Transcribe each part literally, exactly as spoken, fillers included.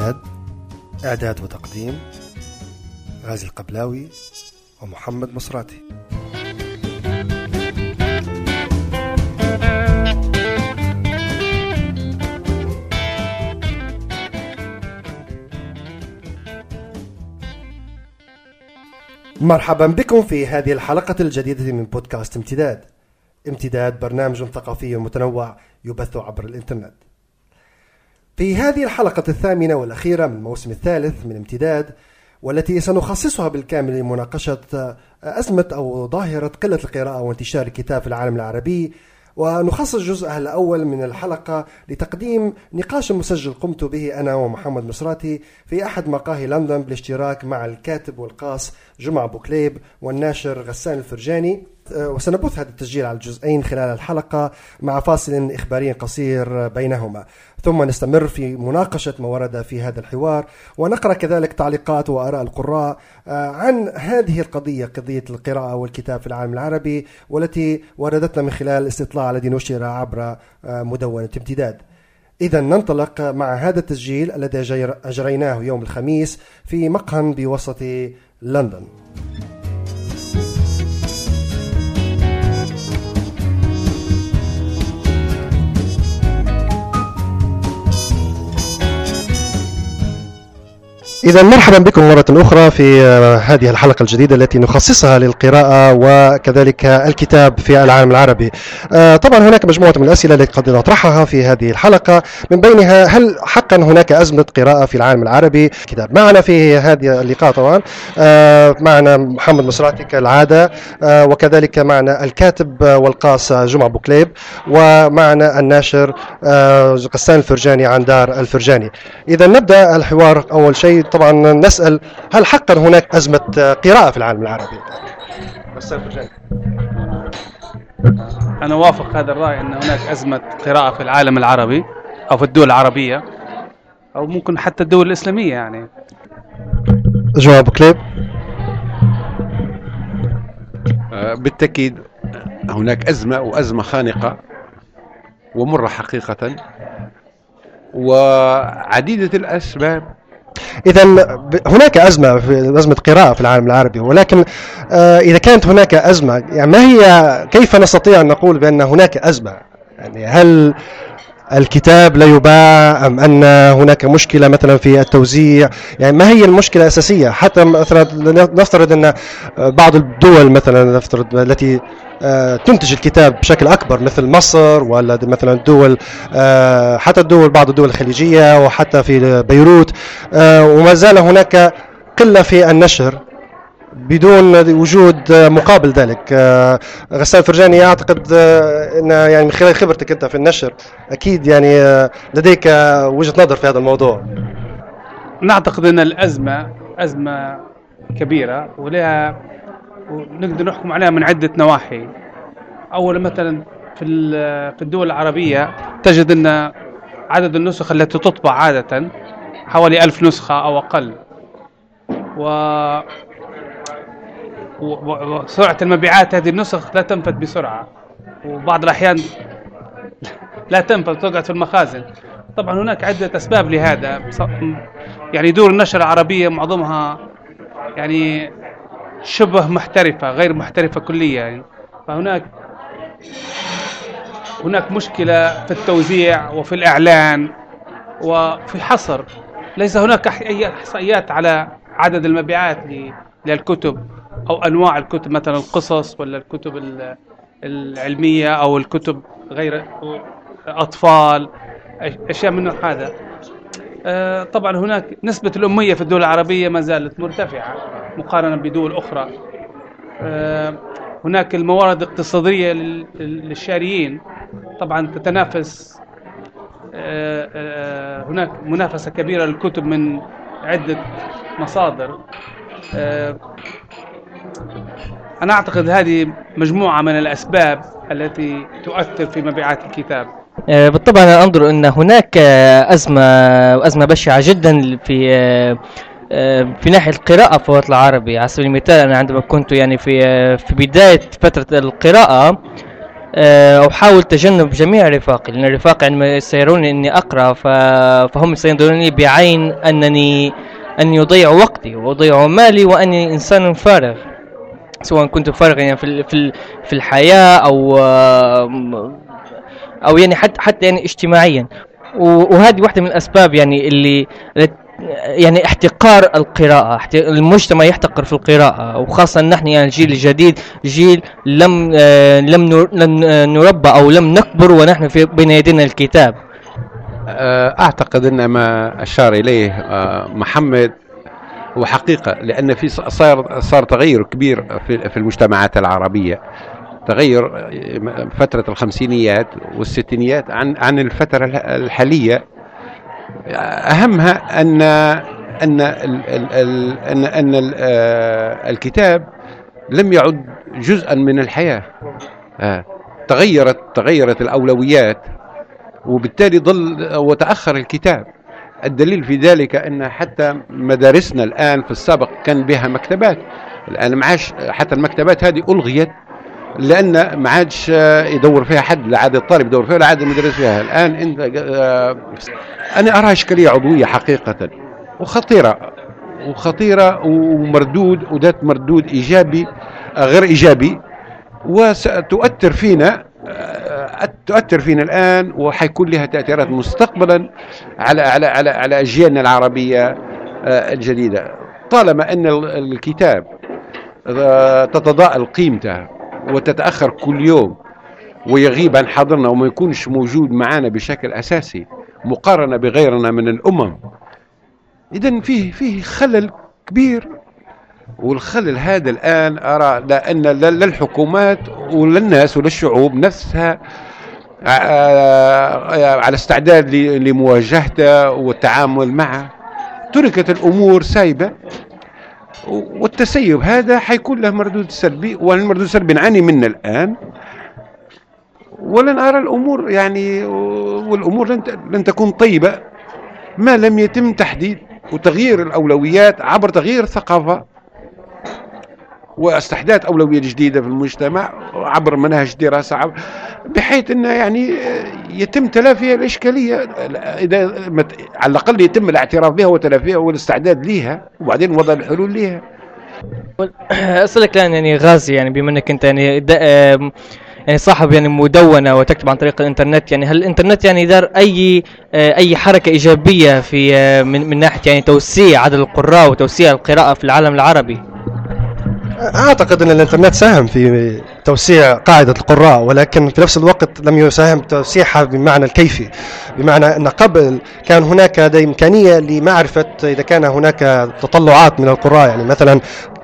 امتداد. إعداد وتقديم غازي القبلاوي ومحمد مصراتي. مرحبا بكم في هذه الحلقة الجديدة من بودكاست امتداد. امتداد برنامج ثقافي متنوع يبث عبر الإنترنت. في هذه الحلقة الثامنة والأخيرة من الموسم الثالث من امتداد، والتي سنخصصها بالكامل لمناقشة أزمة أو ظاهرة قلة القراءة وانتشار الكتاب في العالم العربي، ونخصص جزءها الأول من الحلقة لتقديم نقاش مسجل قمت به أنا ومحمد مصراتي في أحد مقاهي لندن بالاشتراك مع الكاتب والقاص جمعة بوكليب والناشر غسان الفرجاني. وسنبث هذا التسجيل على الجزئين خلال الحلقة مع فاصل إخباري قصير بينهما، ثم نستمر في مناقشة ما ورد في هذا الحوار، ونقرأ كذلك تعليقات وآراء القراء عن هذه القضية، قضية القراءة والكتاب في العالم العربي، والتي وردتنا من خلال الاستطلاع الذي نشر عبر مدونة امتداد. إذا ننطلق مع هذا التسجيل الذي أجريناه يوم الخميس في مقهى بوسط لندن. إذا مرحبا بكم مرة أخرى في هذه الحلقة الجديدة التي نخصصها للقراءة وكذلك الكتاب في العالم العربي. طبعا هناك مجموعة من الأسئلة التي قد نطرحها في هذه الحلقة، من بينها هل حقا هناك أزمة قراءة في العالم العربي؟ كتاب معنا في هذه اللقاء طبعا معنا محمد مصراتي كالعادة، وكذلك معنا الكاتب والقاص جمعة بوكليب، ومعنا الناشر غسان الفرجاني عن دار الفرجاني. إذا نبدأ الحوار. أول شيء طبعا نسأل هل حقا هناك أزمة قراءة في العالم العربي؟ أنا وافق هذا الرأي أن هناك أزمة قراءة في العالم العربي أو في الدول العربية أو ممكن حتى الدول الإسلامية. يعني جواب كليب. بالتأكيد هناك أزمة، وأزمة خانقة ومرة حقيقة، وعديدة الأسباب. إذا هناك أزمة في أزمة قراءة في العالم العربي، ولكن إذا كانت هناك أزمة، يعني ما هي، كيف نستطيع أن نقول بأن هناك أزمة؟ يعني هل الكتاب لا يباع، أم أن هناك مشكلة مثلا في التوزيع؟ يعني ما هي المشكلة الأساسية؟ حتى مثلا نفترض أن بعض الدول مثلا نفترض التي تنتج الكتاب بشكل أكبر مثل مصر، ولا مثلا دول حتى الدول بعض الدول الخليجية وحتى في بيروت، وما زال هناك قلة في النشر بدون وجود مقابل ذلك. غسان الفرجاني أعتقد أن يعني من خلال خبرتك أنت في النشر أكيد يعني لديك وجهة نظر في هذا الموضوع. نعتقد أن الأزمة أزمة كبيرة ولها ونقدر نحكم عليها من عدة نواحي. أولا مثلا في في الدول العربية تجد أن عدد النسخ التي تطبع عادة حوالي ألف نسخة أو أقل، و وسرعة المبيعات هذه النسخ لا تنفذ بسرعة، وبعض الأحيان لا تنفذ، تقعد في المخازن. طبعا هناك عدة أسباب لهذا. يعني دور النشر العربية معظمها يعني شبه محترفة، غير محترفة كليا. يعني فهناك هناك مشكلة في التوزيع وفي الإعلان وفي حصر. ليس هناك إحصائيات على عدد المبيعات للكتب أو أنواع الكتب، مثلا القصص ولا الكتب العلمية أو الكتب غير أطفال، أشياء من هذا. طبعا هناك نسبة الأمية في الدول العربية ما زالت مرتفعة مقارنة بدول أخرى. هناك الموارد الاقتصادية للشاريين طبعا تتنافس، هناك منافسة كبيرة للكتب من عدة مصادر. أنا أعتقد هذه مجموعة من الأسباب التي تؤثر في مبيعات الكتاب. بالطبع أنا أنظر أن هناك أزمة أزمة بشعة جدا في في ناحية القراءة في الوطن العربي. على سبيل المثال أنا عندما كنت يعني في في بداية فترة القراءة أحاول تجنب جميع رفاقي، لأن رفاقي عندما يسيروني أني أقرأ فهم سينظروني بعين أنني أن يضيع وقتي ويضيع مالي وأني إنسان فارغ، سواء كنت فارغا يعني في في في الحياة أو أو يعني حتى حتى يعني اجتماعيا. وهذه واحدة من الأسباب يعني اللي يعني احتقار القراءة، المجتمع يحتقر في القراءة، وخاصة نحن يعني الجيل الجديد جيل لم لم لم نربى أو لم نكبر ونحن في بين يدينا الكتاب. أعتقد أن ما أشار إليه محمد هو حقيقة، لأن في صار صار تغير كبير في في المجتمعات العربية، تغير فترة الخمسينيات والستينيات عن عن الفترة الحالية. أهمها أن أن ال ال ال أن أن ال الكتاب لم يعد جزءا من الحياة، تغيرت تغيرت الأولويات، وبالتالي ظل وتأخر الكتاب. الدليل في ذلك أن حتى مدارسنا الآن في السابق كان بها مكتبات، الآن ما عادش، حتى المكتبات هذه ألغيت لأن ما عادش يدور فيها حد، لا عاد الطالب يدور فيها لا عاد المدرس فيها. الآن انت أنا أراها إشكالية عضوية حقيقة وخطيرة وخطيرة ومردود وذات مردود إيجابي غير إيجابي، وستؤثر فينا تؤثر فينا الآن، وحيكون لها تأثيرات مستقبلا على على على على أجيالنا العربية الجديدة. طالما أن الكتاب تتضاءل قيمته وتتأخر كل يوم ويغيب عن حاضرنا وما يكونش موجود معنا بشكل أساسي مقارنة بغيرنا من الأمم، إذن فيه فيه خلل كبير. والخلل هذا الآن أرى لأن للحكومات وللناس وللشعوب نفسها على استعداد لمواجهته والتعامل معه. تركت الأمور سايبة، والتسيب هذا حيكون له مردود سلبي، والمردود السلبي نعاني منه الآن، ولن أرى الأمور يعني والأمور لن لن تكون طيبة ما لم يتم تحديد وتغيير الأولويات عبر تغيير الثقافة واستحداث أولوية جديدة في المجتمع عبر مناهج دراسة، بحيث أنه يعني يتم تلافي الإشكالية، إذا على الأقل يتم الاعتراف بها وتلافيها والاستعداد لها، وبعدين وضع الحلول لها. أسألك الآن يعني غازي، يعني بما أنك أنت يعني يعني صاحب يعني مدونة وتكتب عن طريق الإنترنت، يعني هل الإنترنت يعني دار أي أي حركة إيجابية في من من ناحية يعني توسيع عدد القراء وتوسيع القراءة في العالم العربي؟ أعتقد أن الإنترنت ساهم في توسيع قاعدة القراء، ولكن في نفس الوقت لم يساهم توسيعها بمعنى الكيفي، بمعنى أن قبل كان هناك إمكانية لمعرفة إذا كان هناك تطلعات من القراء، يعني مثلا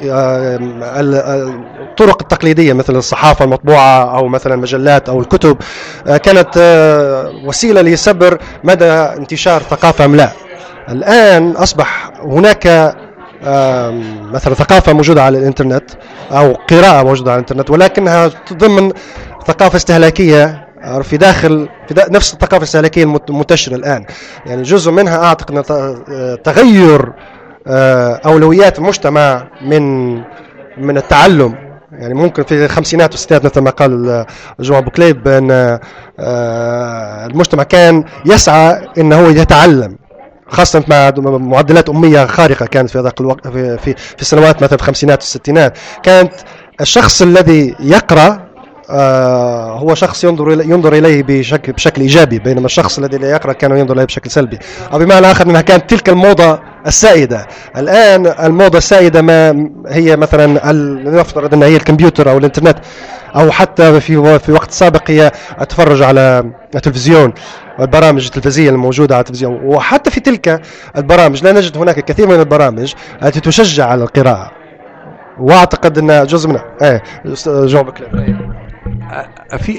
الطرق التقليدية مثل الصحافة المطبوعة أو مثلا المجلات أو الكتب كانت وسيلة لسبر مدى انتشار ثقافة أم لا. الآن أصبح هناك مثلا ثقافة موجودة على الإنترنت أو قراءة موجودة على الإنترنت، ولكنها ضمن ثقافة استهلاكية في داخل في دا نفس الثقافة الاستهلاكية المنتشرة الآن. يعني جزء منها أعتقد أن تغير أولويات المجتمع من من التعلم. يعني ممكن في الخمسينات والستينات مثل ما قال جوان بوكليب أن المجتمع كان يسعى أنه هو يتعلم، خاصة مع معدلات أمية خارقة كانت في ذاك الوقت في في في السنوات مثلا الخمسينات والستينات. كانت الشخص الذي يقرأ آه هو شخص ينظر ينظر إليه بشكل بشكل إيجابي، بينما الشخص الذي لا يقرأ كان ينظر إليه بشكل سلبي، أو بمعنى آخر أنها كانت تلك الموضة السائدة. الآن الموضة السائدة ما هي مثلا نفترض أنها هي الكمبيوتر أو الإنترنت، أو حتى في في وقت سابق هي أتفرج على التلفزيون والبرامج التلفزية الموجودة على التلفزيون. وحتى في تلك البرامج لا نجد هناك كثير من البرامج التي تشجع على القراءة، وأعتقد أن جزء منها إيه جوابك في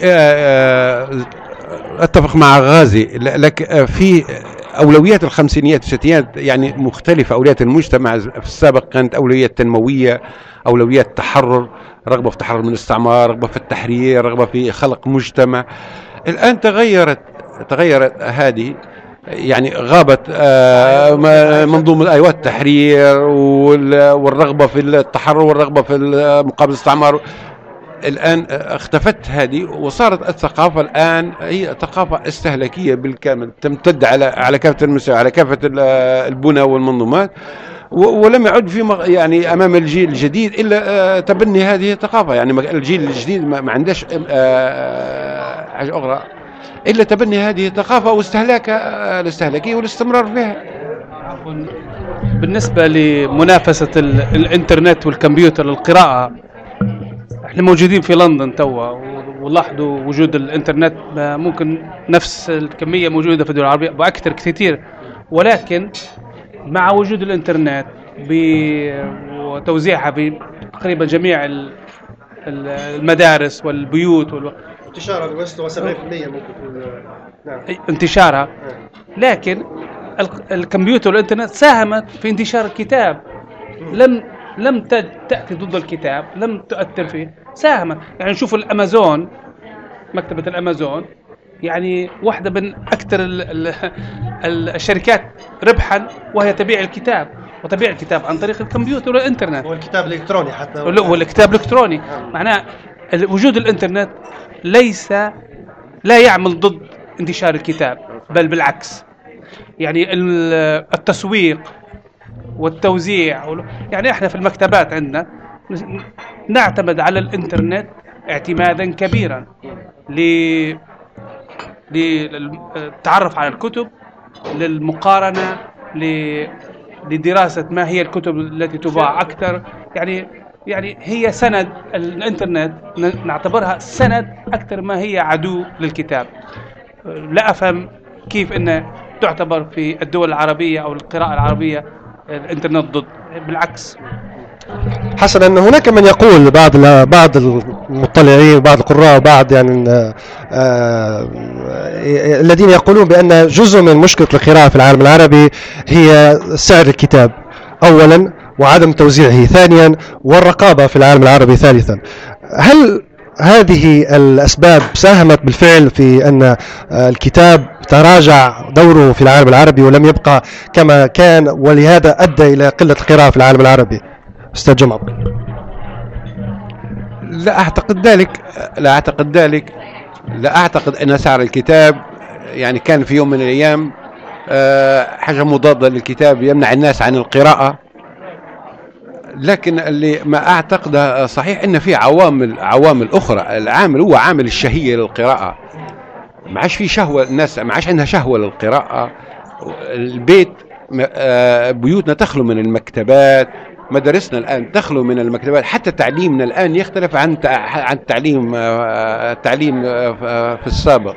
أتفق مع غازي، لك في أولويات الخمسينيات والستينات يعني مختلفة. أولويات المجتمع في السابق كانت أولويات تنموية، أولويات تحرر، رغبة في تحرر من الاستعمار، رغبة في التحرير، رغبة في خلق مجتمع. الآن تغيرت تغيرت هذه، يعني غابت منظومة أيوة التحرير والرغبة في التحرر والرغبة في مقابل الاستعمار. الآن اختفت هذه، وصارت الثقافة الآن هي ثقافة استهلاكية بالكامل، تمتد على على كافة المستوى، على كافة البنى والمنظومات، ولم يعد في يعني أمام الجيل الجديد إلا تبني هذه الثقافة. يعني الجيل الجديد ما عندهش حاجة أخرى إلا تبني هذه الثقافة واستهلاكها الاستهلاكية والاستمرار فيها. بالنسبة لمنافسة الإنترنت والكمبيوتر للقراءة، احنا موجودين في لندن توا، ولاحظوا وجود الإنترنت ممكن نفس الكمية موجودة في الدول العربية وأكثر كثير، ولكن مع وجود الإنترنت وتوزيعها بتقريبا جميع المدارس والبيوت وال... انتشارها بمستوى سبعين بالمئة ممكن. نعم. انتشارها، لكن الكمبيوتر والإنترنت ساهمت في انتشار الكتاب، لم لم تأتي ضد الكتاب، لم تؤثر فيه، ساهمت. يعني نشوف الأمازون، مكتبة الأمازون يعني واحدة من أكثر الشركات ربحا، وهي تبيع الكتاب، وتبيع الكتاب عن طريق الكمبيوتر والإنترنت والكتاب الإلكتروني حتى، والكتاب الإلكتروني. معناه وجود الإنترنت ليس لا يعمل ضد انتشار الكتاب، بل بالعكس. يعني التسويق والتوزيع، يعني احنا في المكتبات عندنا نعتمد على الإنترنت اعتمادا كبيرا للتعرف على الكتب، للمقارنة، لدراسة ما هي الكتب التي تباع أكثر. يعني يعني هي سند، الإنترنت نعتبرها سند أكثر ما هي عدو للكتاب. لا أفهم كيف أن تعتبر في الدول العربية أو القراءة العربية الإنترنت ضد، بالعكس. حسنا، أن هناك من يقول، بعض بعض المطلعين وبعض القراء وبعض يعني آه آه الذين يقولون بأن جزء من مشكلة القراءة في العالم العربي هي سعر الكتاب أولا، وعدم توزيعه ثانيا، والرقابة في العالم العربي ثالثا. هل هذه الأسباب ساهمت بالفعل في أن الكتاب تراجع دوره في العالم العربي ولم يبقى كما كان، ولهذا أدى إلى قلة القراءة في العالم العربي؟ أستاذ جمعة. لا أعتقد ذلك، لا أعتقد ذلك لا أعتقد أن سعر الكتاب يعني كان في يوم من الأيام حاجة مضادة للكتاب يمنع الناس عن القراءة. لكن اللي ما أعتقده صحيح أن في عوامل عوامل أخرى. العامل هو عامل الشهية للقراءة. ما عادش في شهوة، الناس ما عادش عندها شهوة للقراءة. البيت، بيوتنا تخلو من المكتبات، مدارسنا الآن تخلو من المكتبات، حتى تعليمنا الآن يختلف عن عن التعليم التعليم في السابق.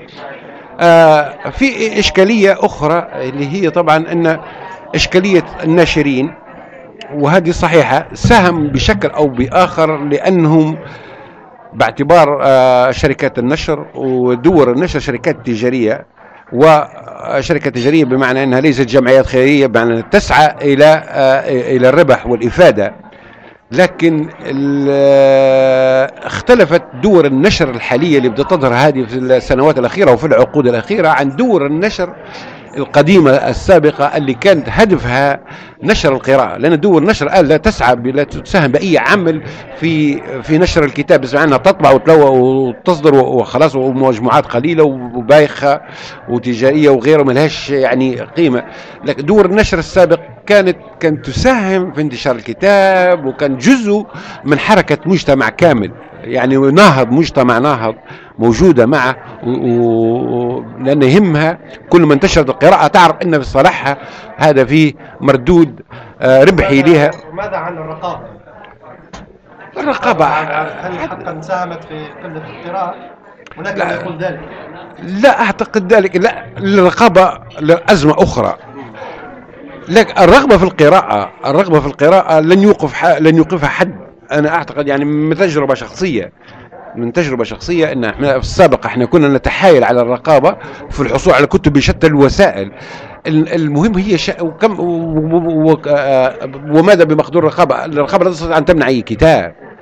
في إشكالية أخرى اللي هي طبعا أن إشكالية الناشرين، وهذه صحيحة، ساهم بشكل أو بآخر، لأنهم باعتبار شركات النشر ودور النشر شركات تجارية، وشركة تجارية بمعنى أنها ليست جمعيات خيرية، بمعنى تسعى إلى إلى الربح والإفادة. لكن اختلفت دور النشر الحالية اللي بتظهر هذه في السنوات الأخيرة وفي العقود الأخيرة عن دور النشر القديمة السابقة اللي كانت هدفها نشر القراءة. لأن دور النشر الآن لا تسعى، لا تساهم بأي عمل في في نشر الكتاب، بس معناها تطبع وتلوى وتصدر وخلاص، ومجموعات قليلة وبايخة وتجارية وغيره ما لهاش يعني قيمة. لكن دور النشر السابق كانت كانت تساهم في انتشار الكتاب، وكان جزء من حركة مجتمع كامل، يعني ناهض، مجتمع ناهض موجودة معه، لأن يهمها كل ما انتشرت القراءة تعرف أن في صالحها هذا فيه مردود ربحي لها. ماذا عن الرقابة؟ الرقابة هل حقا ساهمت في قلة القراءة؟ هناك من يقول ذلك. لا أعتقد ذلك. لا، الرقابة لأزمة أخرى. لكن الرغبة في القراءة الرغبة في القراءة لن يوقف لن يوقفها حد. أنا أعتقد يعني من تجربة شخصية من تجربة شخصية أن احنا في السابق احنا كنا نتحايل على الرقابة في الحصول على كتب بشتى الوسائل. المهم هي شا... وكم و... و... وماذا بمقدور الرقابة؟ الرقابة لا تستطيع أن تمنع أي كتاب.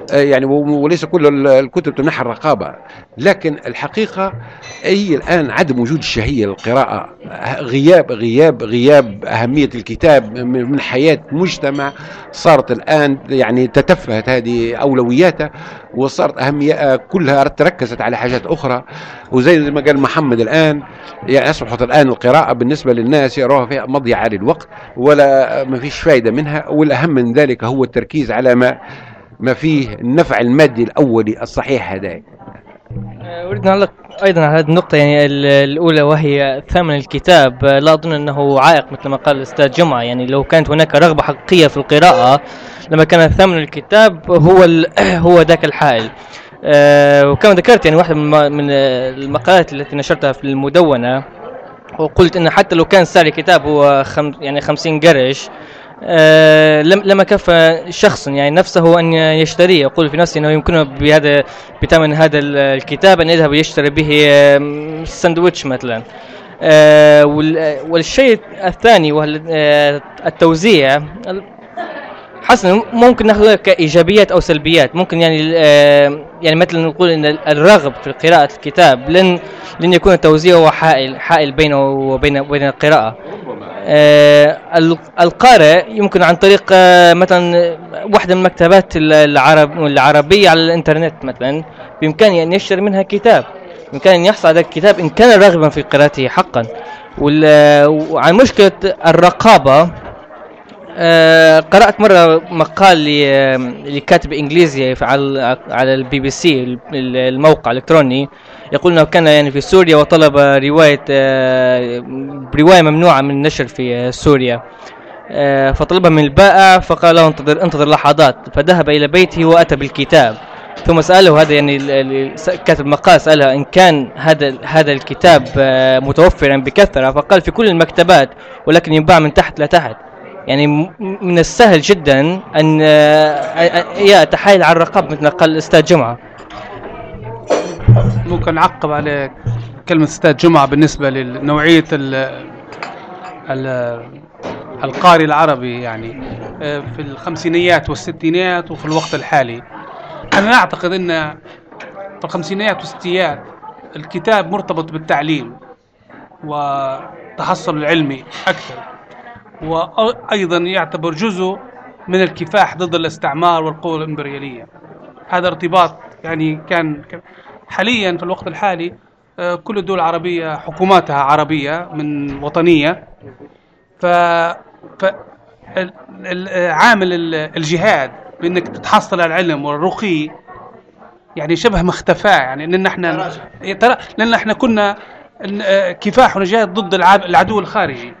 يعني وليس كل الكتب تمنحها الرقابة، لكن الحقيقة أي الآن عدم وجود الشهية للقراءة، غياب غياب غياب أهمية الكتاب من حياة مجتمع، صارت الآن يعني تتفهت هذه أولوياتها، وصارت أهمية كلها تركزت على حاجات أخرى. وزي ما قال محمد الآن يعني أصبحت الآن القراءة بالنسبة للناس يروها فيها مضيعة للوقت ولا ما فيش فايدة منها، والأهم من ذلك هو التركيز على ما ما فيه النفع المادي الأولي الصحيح. هذا أريد أن أعلق أيضا على هذه النقطة يعني الأولى، وهي ثمن الكتاب. لا أظن أنه عائق مثل ما قال الأستاذ جمعة، يعني لو كانت هناك رغبة حقيقية في القراءة لما كان ثمن الكتاب هو هو ذاك الحائل. أه وكما ذكرت يعني واحدة من المقالات التي نشرتها في المدونة، وقلت أن حتى لو كان سعر الكتاب هو خم يعني خمسين قرش أه لما كفى شخص يعني نفسه أن يشتريه. يقول في نفسه أنه يمكنه بهذا بثمن هذا الكتاب أن يذهب يشتري به سندويتش مثلا. أه والشيء الثاني وهو التوزيع، حسنا ممكن ناخذها كإيجابيات أو سلبيات. ممكن يعني أه يعني مثلا نقول أن الرغب في قراءة الكتاب لن لن يكون التوزيع هو حائل حائل بينه وبين بين القراءة. آه القارئ يمكن عن طريق آه مثلا واحدة من المكتبات العرب العربية على الانترنت مثلا بإمكانه أن يشتري منها كتاب، بإمكانه أن يحصل على الكتاب إن كان راغبا في قراءته حقا. وعن مشكلة الرقابة، آه قرأت مرة مقال لكاتب إنجليزي على على البي بي سي الموقع الإلكتروني، يقول أنه كان يعني في سوريا وطلب رواية آه رواية ممنوعة من النشر في سوريا، آه فطلبها من البائع فقال له انتظر انتظر لحظات، فذهب إلى بيته وأتى بالكتاب، ثم سأله هذا يعني كاتب المقال سأله إن كان هذا هذا الكتاب آه متوفرا بكثرة، فقال في كل المكتبات ولكن ينباع من تحت لتحت. يعني من السهل جدا أن يتحايل على الرقابة مثل ما قال الأستاذ جمعة. ممكن أعقب على كلمة أستاذ جمعة بالنسبة لنوعية القارئ العربي يعني في الخمسينيات والستينيات وفي الوقت الحالي. أنا أعتقد أن في الخمسينيات والستينيات الكتاب مرتبط بالتعليم والتحصل العلمي أكثر، وأيضا يعتبر جزء من الكفاح ضد الاستعمار والقوى الإمبريالية. هذا ارتباط يعني كان حاليا في الوقت الحالي كل الدول العربية حكوماتها عربية من وطنية، ف عامل الجهاد بأنك تتحصل على العلم والرقي يعني شبه مختفى، يعني لأن احنا ترى لأن احنا كنا كفاح ونجاهد ضد العدو الخارجي.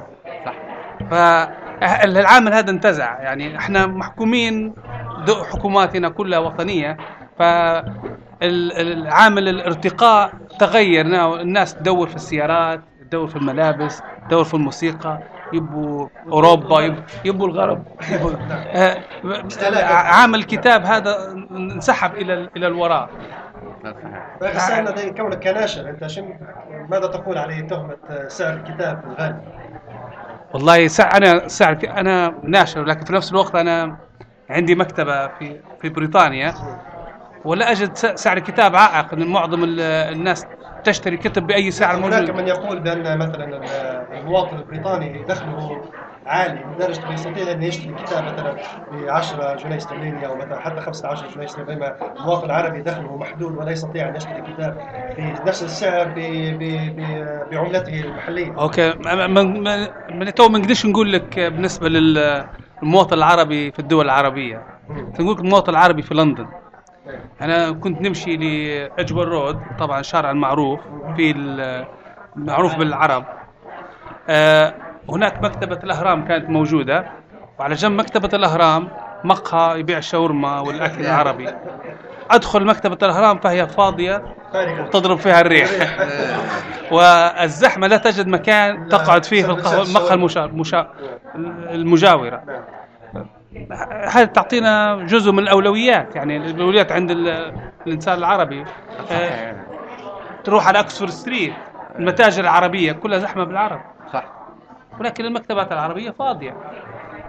فالعامل هذا انتزع، يعني احنا محكومين حكوماتنا كلها وطنية، فالعامل الارتقاء تغير. الناس تدور في السيارات، تدور في الملابس، تدور في الموسيقى، يبوا أوروبا، يبوا, يبوا الغرب، يبوا عامل الكتاب هذا انسحب إلى إلى الوراء. بس أنا ده كونك كناشر، أنت شن ماذا تقول عليه تهمة سعر الكتاب الغالي؟ والله سعر أنا سعر أنا ناشر، لكن في نفس الوقت أنا عندي مكتبة في في بريطانيا، ولا أجد سعر الكتاب عائق إن معظم الناس تشتري كتب بأي سعر موجود. هناك من يقول بأن مثلا المواطن البريطاني دخله عالي لدرجة يستطيع أن يشتري كتاب مثلا ب عشرة جنيه استرليني أو مثلا حتى خمسة عشر جنيه استرليني، بينما المواطن العربي دخله محدود ولا يستطيع أن يشتري كتاب بنفس السعر بعملته المحلية. أوكي، من من تو ما نقدرش نقول لك بالنسبة للمواطن العربي في الدول العربية. نقول المواطن العربي في لندن، أنا كنت نمشي لأجبر رود، طبعا شارع المعروف في المعروف بالعرب. أه هناك مكتبة الأهرام كانت موجودة، وعلى جنب مكتبة الأهرام مقهى يبيع الشاورما والأكل العربي. أدخل مكتبة الأهرام فهي فاضية وتضرب فيها الريح والزحمة لا تجد مكان تقعد فيه في المقهى المشا... المجاورة. هذا تعطينا جزء من الأولويات، يعني الأولويات عند الإنسان العربي. أه تروح على أكسفورد ستريت، المتاجر العربية كلها زحمة بالعرب، صح، ولكن المكتبات العربية فاضية.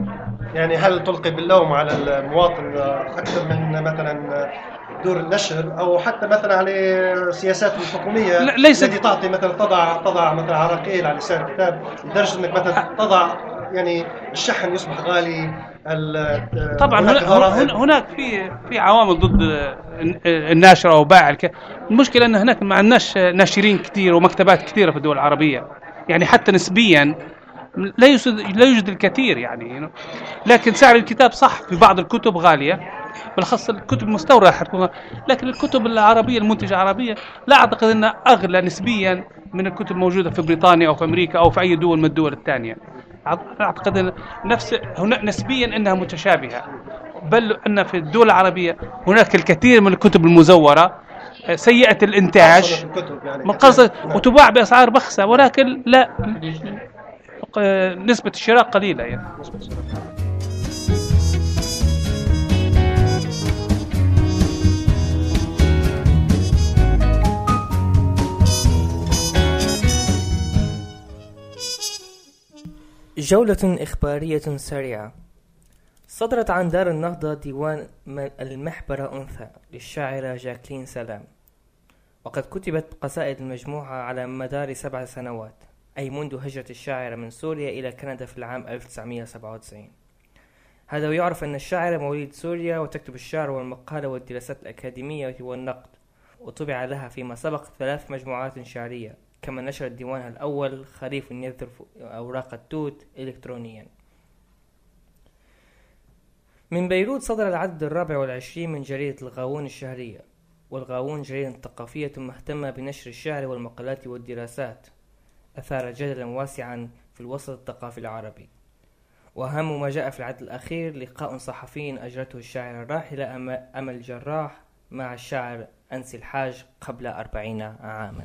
يعني هل تلقي باللوم على المواطن أكثر من مثلا دور النشر أو حتى مثلا على السياسات الحكومية التي تعطي مثلا تضع تضع مثلا عراقيل على سعر الكتاب لدرجة أنك مثلا تضع يعني الشحن يصبح غالي؟ طبعا هناك, هناك في في عوامل ضد الناشر او بائع الكتاب. المشكله ان هناك ما عندناش ناشرين كثير ومكتبات كثيره في الدول العربيه، يعني حتى نسبيا لا يوجد لا يوجد الكثير يعني. لكن سعر الكتاب صح في بعض الكتب غاليه، بالاخص الكتب المستورده حتكون، لكن الكتب العربيه المنتجه عربيه لا اعتقد انها اغلى نسبيا من الكتب الموجوده في بريطانيا او في امريكا او في اي دول من الدول الثانيه. اعتقد نفس هنا نسبيا انها متشابهه، بل ان في الدول العربيه هناك الكثير من الكتب المزوره سيئه الانتاج من قصد وتباع باسعار بخسه، ولكن لا نسبه الشراء قليله يعني. جولة إخبارية سريعة. صدرت عن دار النهضة ديوان المحبرة أنثى للشاعرة جاكلين سلام، وقد كتبت قصائد المجموعة على مدار سبع سنوات، أي منذ هجرة الشاعرة من سوريا إلى كندا في العام ألف وتسعمائة وسبعة وتسعين. هذا ويعرف أن الشاعرة مواليد سوريا وتكتب الشعر والمقالة والدراسات الأكاديمية والنقد، وطبع لها فيما سبق ثلاث مجموعات شعرية، كما نشرت ديوانها الأول خريف يذرف أوراق التوت إلكترونيا. من بيروت صدر العدد الرابع والعشرين من جريدة الغاوون الشهرية، والغاوون جريدة ثقافية مهتمة بنشر الشعر والمقالات والدراسات، أثار جدلا واسعا في الوسط الثقافي العربي. وأهم ما جاء في العدد الأخير لقاء صحفي أجرته الشاعرة الراحلة أمل جراح مع الشاعر أنسي الحاج قبل أربعين عاما.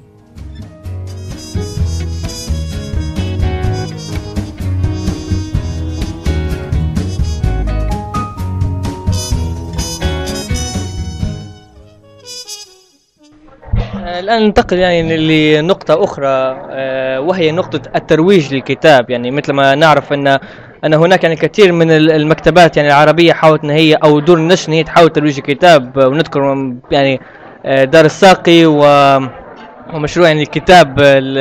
الآن ننتقل يعني لنقطة أخرى، وهي نقطة الترويج للكتاب. يعني مثل ما نعرف أن أن هناك يعني كثير من المكتبات يعني العربية حاولت أن هي أو دور النشر هي تحاول ترويج الكتاب، ونذكر يعني دار الساقي ومشروع يعني الكتاب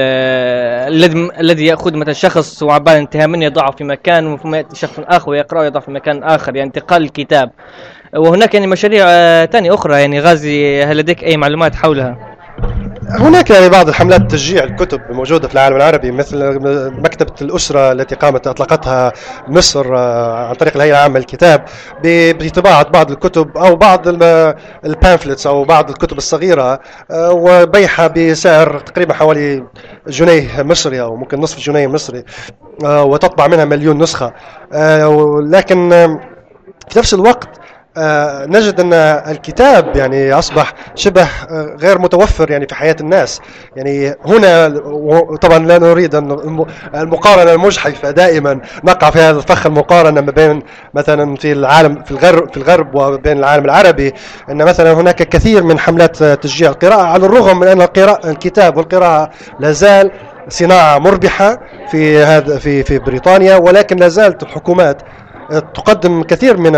الذي الذي يأخذ مثلا شخص وعبال انتهى منه يضعه في مكان وثم يأتي شخص آخر ويقرأه ويضعه في مكان آخر، يعني انتقال الكتاب. وهناك يعني مشاريع ثانية أخرى. يعني غازي، هل لديك أي معلومات حولها؟ هناك يعني بعض الحملات تشجيع الكتب موجودة في العالم العربي، مثل مكتبة الأسرة التي قامت أطلقتها مصر عن طريق الهيئة العامة للكتاب بطباعة بعض الكتب أو بعض البامفلتس أو بعض الكتب الصغيرة وبيعها بسعر تقريبا حوالي جنيه مصري أو ممكن نصف جنيه مصري، وتطبع منها مليون نسخة. لكن في نفس الوقت آه نجد أن الكتاب يعني أصبح شبه آه غير متوفر يعني في حياة الناس. يعني هنا طبعا لا نريد أن المقارنة المجحفة، دائما نقع في هذا الفخ المقارنة ما بين مثلا في العالم في الغرب في الغرب وبين العالم العربي، أن مثلا هناك كثير من حملات تشجيع القراءة، على الرغم من أن القراءة الكتاب والقراءة لازال صناعة مربحة في هذا في في بريطانيا، ولكن لا زالت الحكومات تقدم كثير من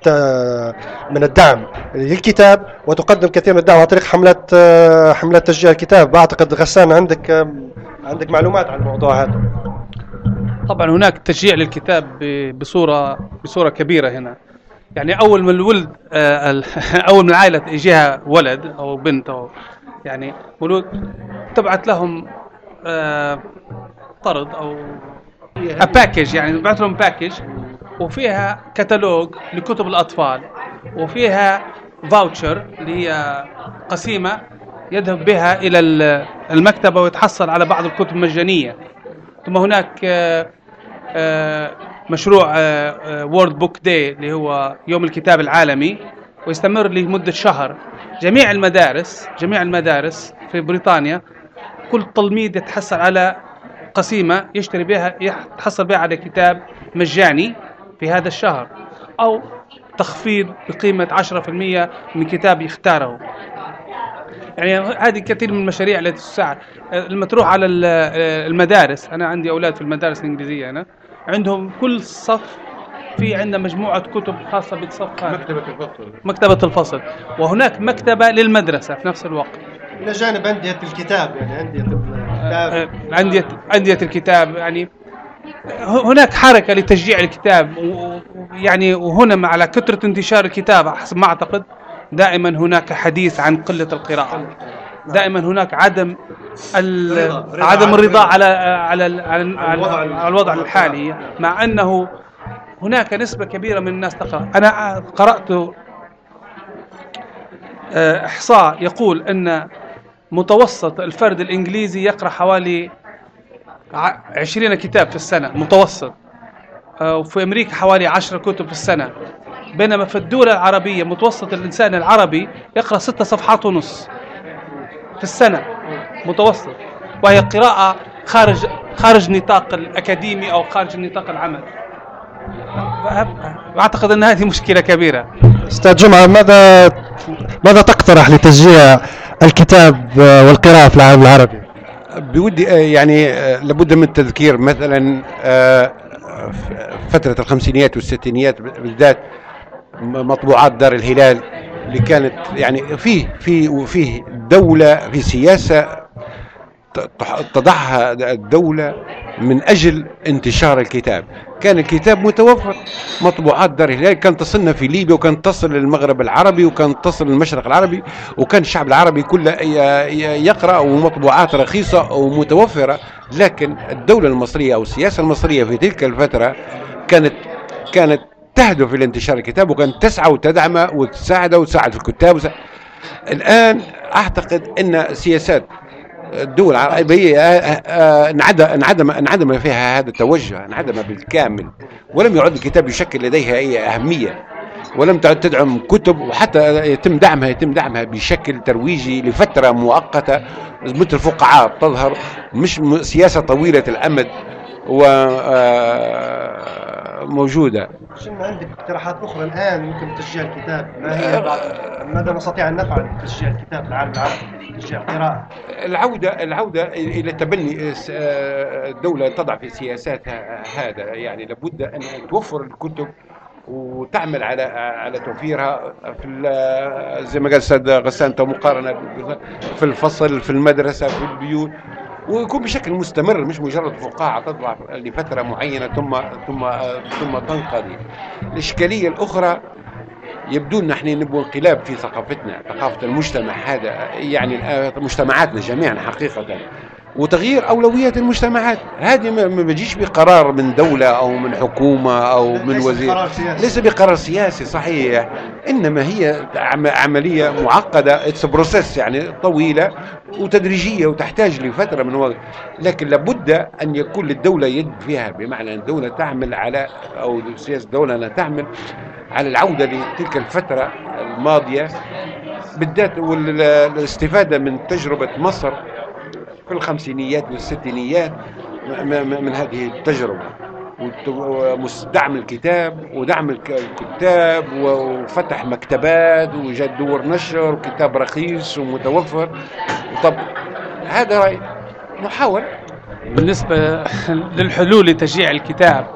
من الدعم للكتاب، وتقدم كثير من الدعم عن طريق حملات حملات تشجيع الكتاب. أعتقد غسان عندك عندك معلومات عن الموضوع هذا. طبعا هناك تشجيع للكتاب بصورة بصورة كبيرة هنا. يعني أول من الولد أول من العائلة يجيها ولد أو بنت أو يعني مولود تبعت لهم طرد أو باكج، يعني بعت لهم باكج وفيها كتالوج لكتب الأطفال، وفيها فاوتشر اللي هي قسيمة يذهب بها إلى المكتبة ويتحصل على بعض الكتب مجانية. ثم هناك مشروع وورد بوك داي اللي هو يوم الكتاب العالمي، ويستمر لمدة شهر. جميع المدارس جميع المدارس في بريطانيا كل تلميذ يتحصل على قسيمة يشتري بها يتحصل بها على كتاب مجاني في هذا الشهر، أو تخفيض بقيمة عشرة بالمئة من كتاب يختاره. يعني هذه كثير من المشاريع التي تساعد. لما تروح على المدارس، أنا عندي أولاد في المدارس الإنجليزية، أنا عندهم كل صف في عندنا مجموعة كتب خاصة بالصف خامس، مكتبة الفصل مكتبة الفصل، وهناك مكتبة للمدرسة في نفس الوقت، إلى جانب أندية الكتاب، يعني أندية الكتاب، أندية أندية الكتاب. يعني هناك حركة لتشجيع الكتاب، يعني وهنا على كثرة انتشار الكتاب حسب ما أعتقد دائما هناك حديث عن قلة القراءة، دائما هناك عدم عدم الرضا على على على الوضع الحالي، مع أنه هناك نسبة كبيرة من الناس تقرأ. أنا قرأت إحصاء يقول أن متوسط الفرد الإنجليزي يقرأ حوالي عشرين كتاب في السنة متوسط، وفي أمريكا حوالي عشر كتب في السنة، بينما في الدول العربية متوسط الإنسان العربي يقرأ ستة صفحات ونص في السنة متوسط، وهي قراءة خارج خارج نطاق الأكاديمي أو خارج نطاق العمل. أعتقد أن هذه مشكلة كبيرة. أستاذ جمعة، ماذا ماذا تقترح لتشجيع الكتاب والقراءة في العالم العربي؟ بودي يعني لابد من التذكير مثلا فترة الخمسينيات والستينيات بالذات، مطبوعات دار الهلال اللي كانت يعني فيه فيه وفيه دولة في سياسة تضعها الدولة من أجل انتشار الكتاب. كان الكتاب متوفر، مطبوعات دار الهلال كانت تصلنا في ليبيا، وكانت تصل للمغرب العربي، وكانت تصل للمشرق العربي، وكان الشعب العربي كله يقرأ، ومطبوعات رخيصة ومتوفرة. لكن الدولة المصرية أو السياسة المصرية في تلك الفترة كانت كانت تهدف إلى انتشار الكتاب، وكانت تسعى وتدعمه وتساعده وتساعد في الكتاب. الآن أعتقد أن سياسات الدول العربية انعدم انعدم انعدم فيها هذا التوجه، انعدم بالكامل، ولم يعد الكتاب يشكل لديها أي أهمية، ولم تعد تدعم كتب، وحتى يتم دعمها يتم دعمها بشكل ترويجي لفترة مؤقتة مثل الفقاعات تظهر، مش سياسة طويلة الأمد وموجودة. شنو عندك اقتراحات أخرى الآن ممكن تشجيع الكتاب؟ ما هي ماذا نستطيع أن نفعل لتشجيع الكتاب في العالم العربي، تشجيع القراءة؟ العودة العودة إلى تبني الدولة تضع في سياساتها هذا، يعني لابد أن توفر الكتب وتعمل على على توفيرها في زي ما قال الأستاذ غسان مقارنة في الفصل، في المدرسة، في البيوت، ويكون بشكل مستمر، مش مجرد فقاعة تطلع لفترة معينة ثم ثم ثم تنقضي. الإشكالية الأخرى يبدو أن نحن نبغى انقلاب في ثقافتنا، ثقافة المجتمع هذا، يعني مجتمعاتنا جميعا حقيقة، وتغيير أولويات المجتمعات. هذه ما بيجيش بقرار من دولة أو من حكومة أو من وزير، ليس بقرار سياسي صحيح، إنما هي عملية معقدة، اتس بروسيس يعني طويلة وتدريجية وتحتاج لفترة من وقت. لكن لابد أن يكون للدولة يد فيها، بمعنى أن الدولة تعمل على، أو سياسة الدولة أنها تعمل على العودة لتلك الفترة الماضية بالذات، والاستفادة من تجربة مصر في الخمسينيات والستينيات من هذه التجربة، ودعم الكتاب ودعم الكتاب وفتح مكتبات وجد دور نشر وكتاب رخيص ومتوفر. طب هذا رأي محاول. بالنسبة للحلول لتشجيع الكتاب،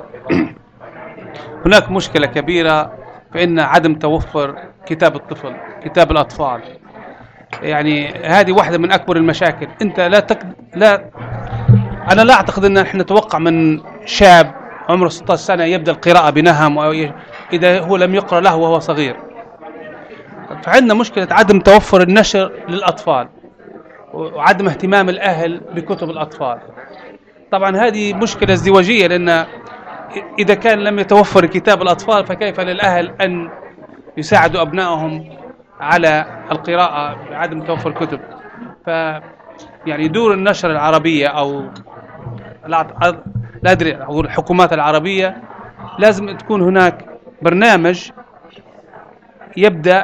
هناك مشكلة كبيرة في أن عدم توفر كتاب الطفل، كتاب الأطفال. يعني هذه واحدة من أكبر المشاكل. أنت لا تك... لا أنا لا أعتقد أن نحن نتوقع من شاب عمره ستة عشر سنة يبدأ القراءة بنهم، أو ي... إذا هو لم يقرأ له وهو صغير. فعندنا مشكلة عدم توفر النشر للأطفال، وعدم اهتمام الأهل بكتب الأطفال. طبعا هذه مشكلة ازدواجية، لأن إذا كان لم يتوفر كتاب الأطفال فكيف للأهل أن يساعدوا أبنائهم على القراءة بعدم توفر كتب؟ ف يعني دور النشر العربية أو لا أدري أقول الحكومات العربية لازم تكون هناك برنامج يبدأ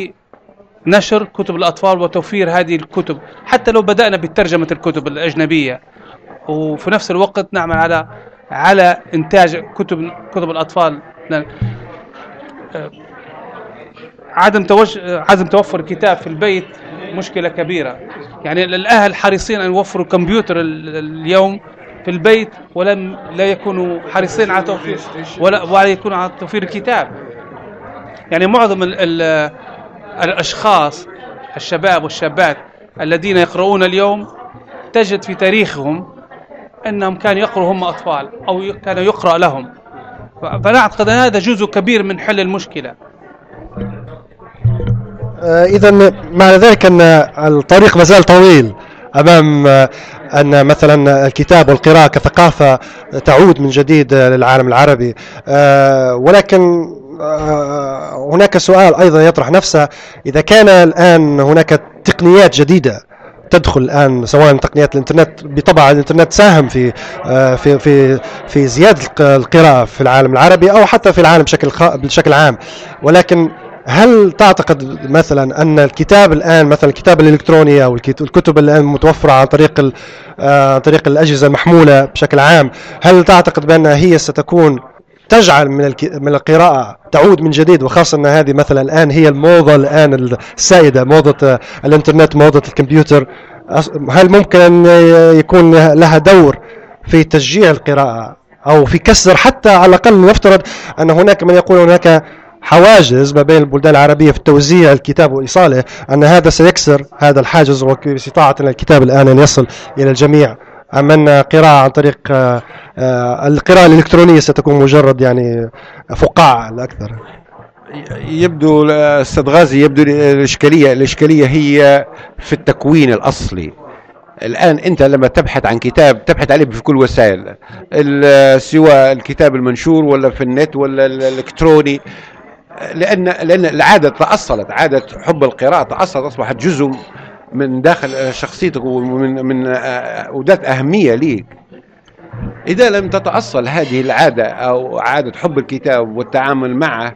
بنشر كتب الأطفال وتوفير هذه الكتب، حتى لو بدأنا بترجمة الكتب الأجنبية، وفي نفس الوقت نعمل على على إنتاج كتب كتب الأطفال. عدم توج... عدم توفر كتاب في البيت مشكلة كبيرة. يعني الأهل حريصين أن يوفروا كمبيوتر اليوم في البيت ولم لا يكونوا حريصين على توفير ولا ولا يكونوا على توفير الكتاب. يعني معظم ال ال الأشخاص الشباب والشابات الذين يقرؤون اليوم تجد في تاريخهم أنهم كانوا يقرؤوا هم أطفال أو كانوا يقرأ لهم، فأنا أعتقد أن هذا جزء كبير من حل المشكلة. إذا معنى ذلك أن الطريق ما زال طويل أمام أن مثلا الكتاب والقراءة كثقافة تعود من جديد للعالم العربي، ولكن هناك سؤال أيضا يطرح نفسه: إذا كان الآن هناك تقنيات جديدة تدخل الآن، سواء تقنيات الإنترنت، بطبع الإنترنت ساهم في في في في زيادة القراءة في العالم العربي أو حتى في العالم بشكل بشكل عام، ولكن هل تعتقد مثلا أن الكتاب الآن، مثلا الكتاب الإلكتروني أو الكتب الآن متوفرة عن طريق عن طريق الأجهزة المحمولة بشكل عام، هل تعتقد بأنها هي ستكون تجعل من من القراءة تعود من جديد، وخاصة أن هذه مثلا الآن هي الموضة الآن السائدة، موضة الإنترنت، موضة الكمبيوتر، هل ممكن أن يكون لها دور في تشجيع القراءة أو في كسر، حتى على الأقل نفترض أن هناك من يقول هناك حواجز ما بين البلدان العربية في توزيع الكتاب وإيصاله، أن هذا سيكسر هذا الحاجز وباستطاعة الكتاب الآن أن يصل إلى الجميع، أم أن قراءة عن طريق القراءة الإلكترونية ستكون مجرد يعني فقاعة لا أكثر؟ يبدو أستاذ غازي، يبدو الإشكالية الإشكالية هي في التكوين الأصلي. الآن أنت لما تبحث عن كتاب تبحث عليه في كل وسائل، سواء الكتاب المنشور ولا في النت ولا الإلكتروني، لأن لأن العادة تأصلت، عادة حب القراءة تأصلت، أصبحت جزء من داخل شخصيتك ومن من وذات أهمية ليك. إذا لم تتأصل هذه العادة أو عادة حب الكتاب والتعامل معه،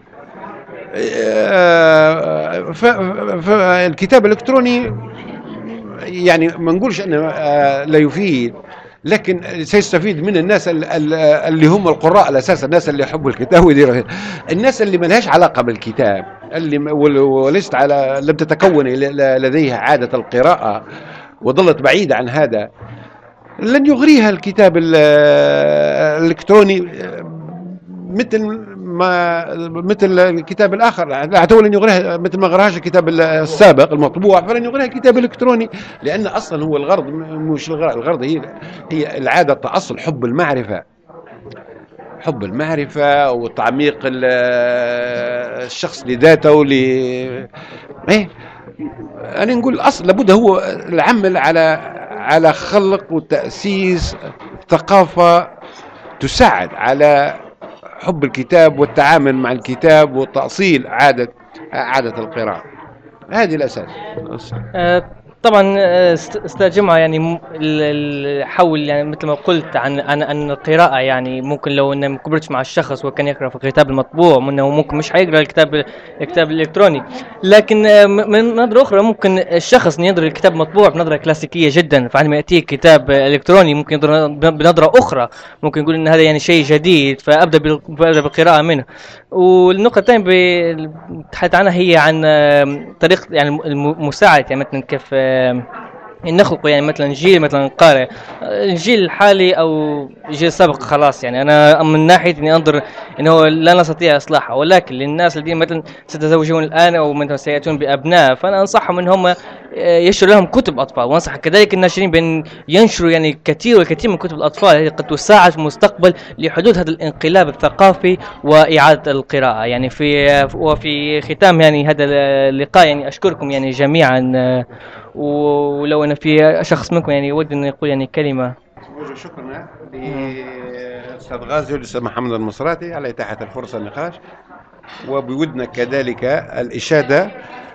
فالكتاب الإلكتروني يعني ما نقولش أنه لا يفيد، لكن سيستفيد من الناس اللي هم القراء الأساس، الناس اللي يحبوا الكتاب ويديروا، الناس اللي ما لهاش علاقة بالكتاب، اللي وليست على لم تتكون لديها عادة القراءة وظلت بعيدة عن هذا، لن يغريها الكتاب الإلكتروني مثل ما مثل الكتاب الآخر، حتى لن يغريها مثل ما غرهاش الكتاب السابق المطبوع، فلن يغريها الكتاب الإلكتروني، لأن أصلا هو الغرض مش الغرض, الغرض هي هي العادة تأصل حب المعرفة، حب المعرفة وتعميق الشخص لذاته ل إيه أنا نقول الأصل لابد هو العمل على على خلق وتأسيس ثقافة تساعد على حب الكتاب والتعامل مع الكتاب وتأصيل عادة عادة القراءة. هذه الأساس. أه طبعا استاذ جمعة، يعني حول يعني مثل ما قلت عن عن ان القراءه يعني ممكن لو انه ما كبرتش مع الشخص وكان يقرا في الكتاب المطبوع انه ممكن مش حيقرا الكتاب الكتاب الالكتروني، لكن من نظره اخرى ممكن الشخص ينظر الكتاب المطبوع بنظره كلاسيكيه جدا، فعندما ياتيه كتاب الكتروني ممكن ينظر بنظره اخرى، ممكن يقول ان هذا يعني شيء جديد فابدا بالقراءه منه. والنقطه الثانيه تحدث عنها هي عن طريقه يعني المساعده، يعني مثلا كيف نخلق يعني مثلا جيل مثلا قارئ، الجيل الحالي او الجيل السابق خلاص، يعني انا من ناحيه اني انظر انه لا نستطيع اصلاحه، ولكن للناس الذين مثلا سيتزوجون الان او مثلا سياتون بابناء، فانا انصحهم ان هم يشتروا لهم كتب اطفال، وانصح كذلك الناشرين بان ينشروا يعني كثير والكثير من كتب الاطفال التي قد تساعد في المستقبل لحدوث هذا الانقلاب الثقافي واعاده القراءه. يعني في وفي ختام يعني هذا اللقاء يعني اشكركم يعني جميعا، ولو ان في شخص منكم يعني يود ان يقول يعني كلمه. شكرا للاستاذ غازي والاستاذ محمد المصراتي على اتاحه الفرصه للنقاش، وبودنا كذلك الاشاده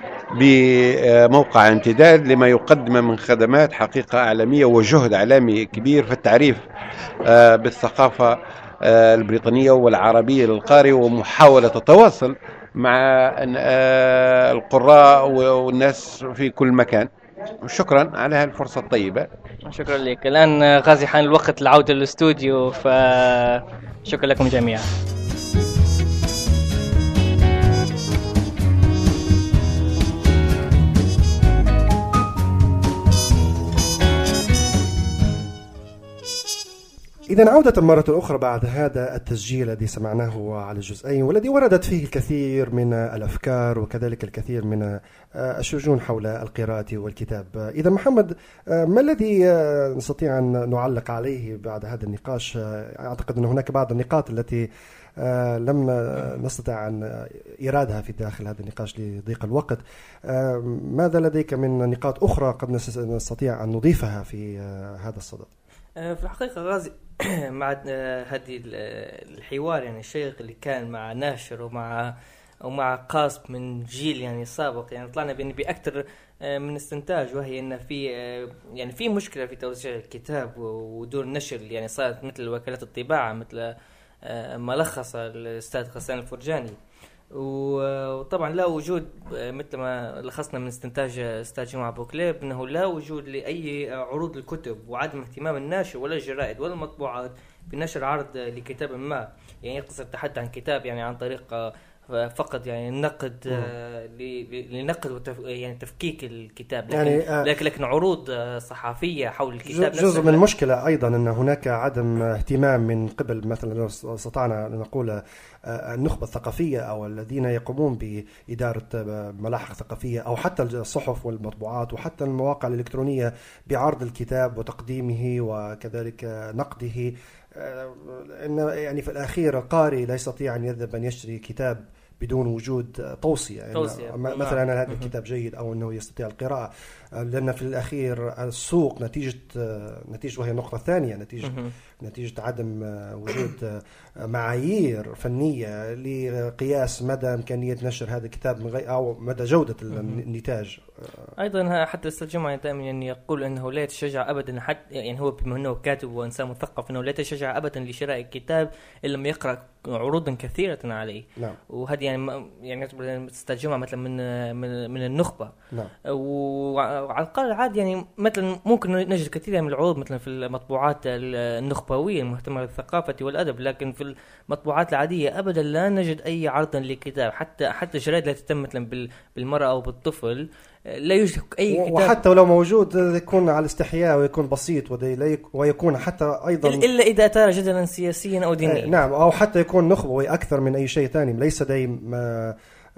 بموقع امتداد لما يقدم من خدمات حقيقه اعلاميه وجهد اعلامي كبير في التعريف بالثقافه البريطانيه والعربيه للقارئ، ومحاوله التواصل مع القراء والناس في كل مكان. شكرا على هذه الفرصة الطيبة. شكرا لك. الآن غازي حان الوقت للعودة للاستوديو، فشكرا لكم جميعا. إذا عودة مرة أخرى بعد هذا التسجيل الذي سمعناه على الجزئين والذي وردت فيه الكثير من الأفكار وكذلك الكثير من الشجون حول القراءة والكتاب. إذا محمد، ما الذي نستطيع أن نعلق عليه بعد هذا النقاش؟ أعتقد أن هناك بعض النقاط التي لم نستطع أن إيرادها في داخل هذا النقاش لضيق الوقت. ماذا لديك من نقاط أخرى قد نستطيع أن نضيفها في هذا الصدد؟ في الحقيقة غازي مع هذه الحوار يعني الشيق اللي كان مع ناشر ومع ومع قاسم من جيل يعني سابق، يعني طلعنا بأكثر من استنتاج، وهي ان في يعني في مشكلة في توزيع الكتاب ودور النشر يعني صارت مثل وكالات الطباعة، مثل ما لخص الأستاذ غسان الفرجاني. وطبعا لا وجود مثل ما لخصنا من استنتاج أستاذ جماعة بوكليب أنه لا وجود لأي عروض الكتب، وعدم اهتمام الناشر ولا الجرائد ولا المطبوعات بنشر عرض لكتاب ما، يعني يقصد التحدث عن كتاب يعني عن طريق فقط يعني النقد لنقد وتف... يعني تفكيك الكتاب، لكن يعني آه لكن, لكن عروض صحفية حول الكتاب جزء من المشكلة أيضا أن هناك عدم اهتمام من قبل مثلا لو استطعنا نقول النخبة الثقافية أو الذين يقومون بإدارة ملاحق ثقافية أو حتى الصحف والمطبوعات وحتى المواقع الإلكترونية بعرض الكتاب وتقديمه وكذلك نقده. إن يعني في الأخير القارئ لا يستطيع أن يذهب أن يشتري كتاب بدون وجود توصية, توصية. يعني مثلا هذا الكتاب جيد أو أنه يستطيع القراءة، لأن في الأخير السوق نتيجة نتيجة وهي النقطة الثانية نتيجة نتيجة عدم وجود معايير فنية لقياس مدى إمكانية نشر هذا الكتاب من غير أو مدى جودة النتاج. أيضا حتى أستاذ جمعة دائما يعني يقول أنه لا يتشجع أبدا، حتى يعني هو بما أنه كاتب وإنسان مثقف أنه لا يتشجع أبدا لشراء الكتاب إلا لما يقرأ عروضا كثيرة عليه. نعم. وهذه يعني يعني يعتبر أستاذ جمعة مثلا من من من النخبة. نعم. وعلى الأقل العادي يعني مثلا ممكن نجد كثير من العروض مثلا في المطبوعات النخبوية المهتمة بالثقافة والأدب، لكن في المطبوعات العادية أبدا لا نجد أي عرضا لكتاب، حتى حتى الجرائد لا تهتم مثلا بالمرأة أو بالطفل لا يوجد أي كتاب، وحتى ولو موجود يكون على استحياء ويكون بسيط ويكون حتى أيضا إلا إذا أثار جدلا سياسيا أو دينيا. نعم، أو حتى يكون نخبوي أكثر من أي شيء ثاني، ليس دائما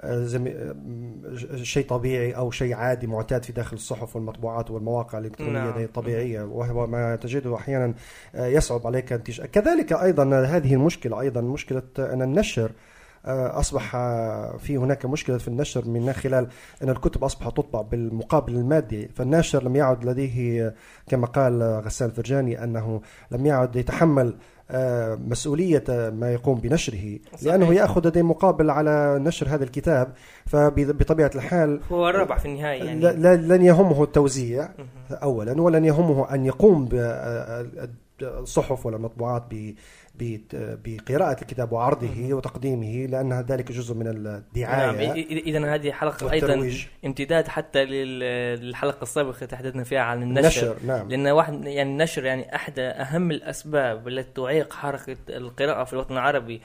شيء طبيعي أو شيء عادي معتاد في داخل الصحف والمطبوعات والمواقع الإلكترونية. نعم. طبيعية، وهو ما تجده أحيانا يصعب عليك أن تج... كذلك أيضا هذه المشكلة أيضا مشكلة أن النشر أصبح في هناك مشكلة في النشر من خلال أن الكتب أصبحت تطبع بالمقابل المادي، فالناشر لم يعد لديه كما قال غسان الفرجاني أنه لم يعد يتحمل مسؤولية ما يقوم بنشره. صحيح. لأنه يأخذ لديه مقابل على نشر هذا الكتاب، فبطبيعة الحال هو الربح في النهاية يعني. لن يهمه التوزيع أولا، ولن يهمه أن يقوم بالصحف ولا المطبوعات بقراءة الكتاب وعرضه وتقديمه، لأن ذلك جزء من الدعاية. نعم. إذن هذه حلقة أيضا امتداد حتى للحلقة السابقة تحدثنا فيها عن النشر. النشر. نعم. لأن واحد يعني النشر يعني أحد أهم الأسباب التي تعيق حركة القراءة في الوطن العربي.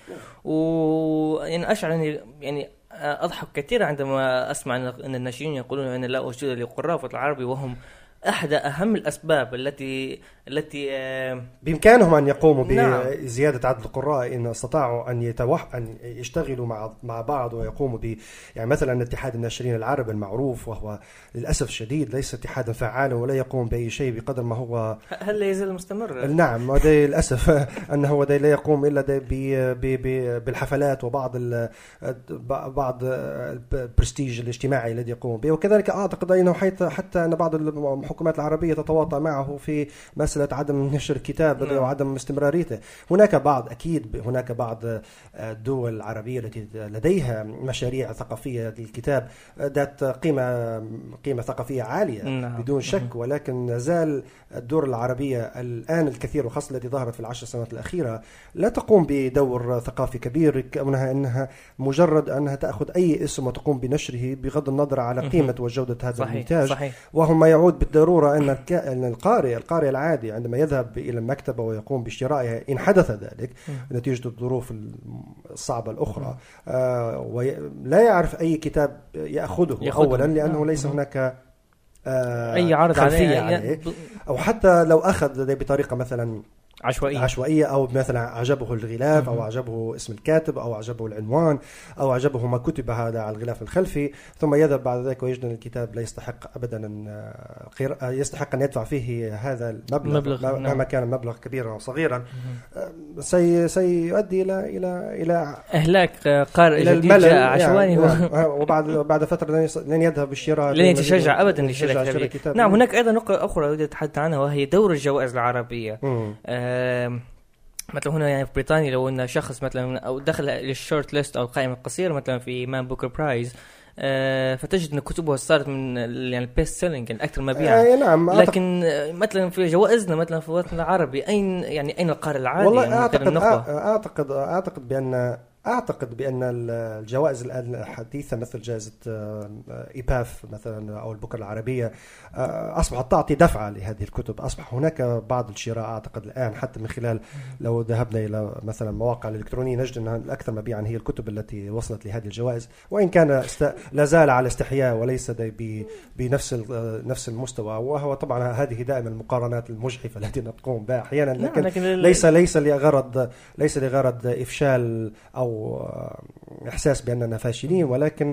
ويعني أشعر يعني يعني أضحك كثيرا عندما أسمع أن الناشرين يقولون أن لا وجود للقراء في الوطن العربي، وهم أحد أهم الأسباب التي التي بإمكانهم أن يقوموا بزيادة عدد القراء إن استطاعوا أن يتوح أن يشتغلوا مع مع بعض ويقوموا ب يعني مثلا اتحاد الناشرين العرب المعروف، وهو للأسف الشديد ليس اتحادا فعالا ولا يقوم بأي شيء بقدر ما هو. هل لا يزال مستمر؟ نعم، وده للأسف أنه هو لا يقوم إلا بالحفلات وبعض بعض البرستيج الاجتماعي الذي يقوم به. وكذلك أعتقد أنه حتى أن بعض الحكومات العربية تتواطأ معه في مسألة عدم نشر الكتاب وعدم استمراريته. هناك بعض أكيد هناك بعض الدول العربية التي لديها مشاريع ثقافية للكتاب ذات قيمة قيمة ثقافية عالية. نعم. بدون شك، ولكن نزال الدول العربية الآن الكثير وخاصة التي ظهرت في العشر سنوات الأخيرة لا تقوم بدور ثقافي كبير، كونها أنها مجرد أنها تأخذ أي اسم وتقوم بنشره بغض النظر على قيمة وجودة هذا صحيح. الإنتاج. صحيح. وهو ما يعود بالضرورة أن القارئ القارئ العادي عندما يذهب إلى المكتبة ويقوم بشرائها إن حدث ذلك نتيجة الظروف الصعبة الأخرى آه ولا يعرف أي كتاب يأخذه, يأخذه. أولا لأنه ليس هناك آه أي عرض خلفية عليه، عليه. أو حتى لو أخذ بطريقة مثلا عشوائية عشوائية أو مثلا أعجبه الغلاف أو أعجبه اسم الكاتب أو أعجبه العنوان أو أعجبه ما كتب هذا على الغلاف الخلفي، ثم يذهب بعد ذلك ويجد أن الكتاب لا يستحق أبدا أن يستحق أن يدفع فيه هذا المبلغ مهما كان المبلغ كبيرا أو صغيرا، سي سيؤدي إلى إلى إلى إهلاك قارئ جديد جاء عشوائي يعني وبعد بعد فترة لن يذهب بالشراء، لن يتشجع أبدا لشراء الكتاب. نعم، هناك أيضا نقطة أخرى أريد أتحدث عنها وهي دور الجوائز العربية. مثلا هنا يعني في بريطانيا لو أن شخص مثلا أو دخل للشورت ليست أو القائمة القصيرة مثلا في مان بوكر برايز، آه فتجد أن كتبه صارت من يعني البيست سيلينج يعني أكثر مبيعا. آه نعم. لكن آه مثلا في جوائزنا مثلا في الوطن العربي أين يعني أين القارئ العادي؟ والله يعني أعتقد أعتقد أعتقد بأن أعتقد بأن الجوائز الآن الحديثة مثل جائزة إيباف مثلا أو البوكر العربية أصبحت تعطي دفعة لهذه الكتب. أصبح هناك بعض الشراء أعتقد الآن حتى من خلال لو ذهبنا إلى مثلا مواقع الإلكترونية نجد أن الأكثر مبيعا هي الكتب التي وصلت لهذه الجوائز، وإن كان است... لا زال على استحياء وليس ب... بنفس ال... نفس المستوى، وهو طبعا هذه دائما المقارنات المجحفة التي نقوم بها أحيانا، لكن, لكن ليس ليس لغرض ليس لغرض إفشال أو إحساس بأننا فاشلين، ولكن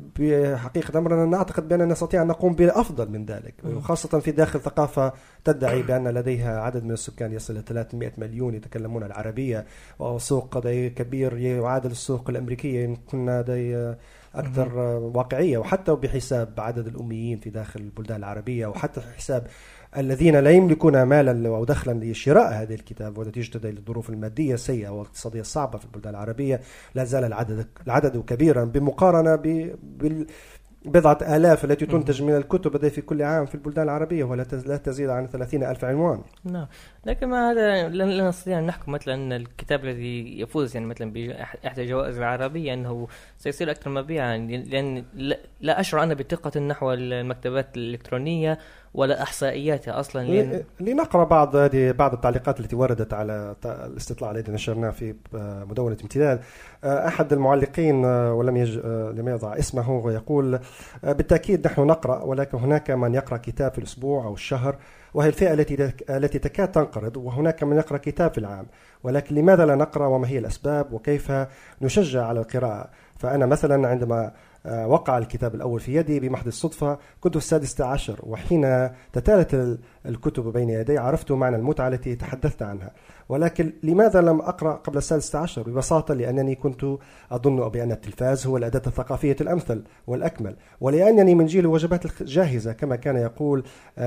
بحقيقة أمرنا نعتقد بأننا نستطيع أن نقوم بأفضل من ذلك، وخاصة في داخل ثقافة تدعي بأن لديها عدد من السكان يصل إلى ثلاثمائة مليون يتكلمون العربية، وسوق كبير يعادل السوق الأمريكية، كنا دي أكثر واقعية، وحتى بحساب عدد الأميين في داخل البلدان العربية، وحتى حساب الذين لا يملكون مالا أو دخلا لشراء هذه الكتاب ونتيجة للظروف المادية السيئة والاقتصادية الصعبة في البلدان العربية، لا زال العدد العدد كبيرا بمقارنة بال بضعة آلاف التي تنتج من الكتب في كل عام في البلدان العربية، ولا لا تزيد عن ثلاثين ألف عنوان. نعم، لكن ما هذا لا نستطيع أن نحكم مثلا أن الكتاب الذي يفوز يعني مثلا بإحدى الجوائز العربية أنه سيصير أكثر مبيعا، لأن لا أشعر أنا بثقة نحو المكتبات الإلكترونية ولا إحصائياتها أصلا. لأن... لنقرأ بعض هذه بعض التعليقات التي وردت على الاستطلاع الذي نشرناه في مدونة امتداد. أحد المعلقين ولم يج... لم يضع اسمه ويقول: بالتأكيد نحن نقرأ، ولكن هناك من يقرأ كتاب في الأسبوع أو الشهر، وهي الفئة التي التي تكاد تنقرض، وهناك من يقرأ كتاب في العام، ولكن لماذا لا نقرأ وما هي الأسباب وكيف نشجع على القراءة؟ فأنا مثلا عندما وقع الكتاب الأول في يدي بمحض الصدفة كنت في السادسة عشر، وحين تتالت الكتب بين يدي عرفت معنى المتعة التي تحدثت عنها، ولكن لماذا لم أقرأ قبل السادسة عشر؟ ببساطة لأنني كنت أظن بأن التلفاز هو الأداة الثقافية الأمثل والأكمل، ولأنني من جيل الوجبات الجاهزة كما كان يقول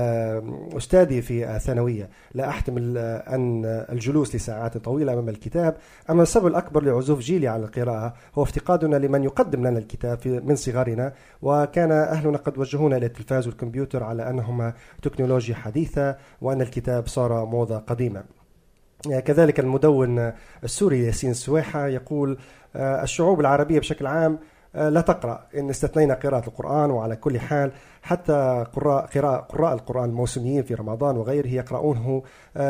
أستاذي في ثانوية، لا أحتمل أن الجلوس لساعات طويلة أمام الكتاب. أما السبب الأكبر لعزوف جيلي على القراءة هو افتقادنا لمن يقدم لنا الكتاب من صغرنا، وكان أهلنا قد وجهونا إلى التلفاز والكمبيوتر على أنهما تكنولوجيا حديثة وأن الكتاب صار موضة قديمة. كذلك المدون السوري ياسين سويحة يقول: الشعوب العربية بشكل عام لا تقرأ إن استثنينا قراءة القرآن، وعلى كل حال حتى قراء قراء قراء القرآن الموسميين في رمضان وغيره يقرؤونه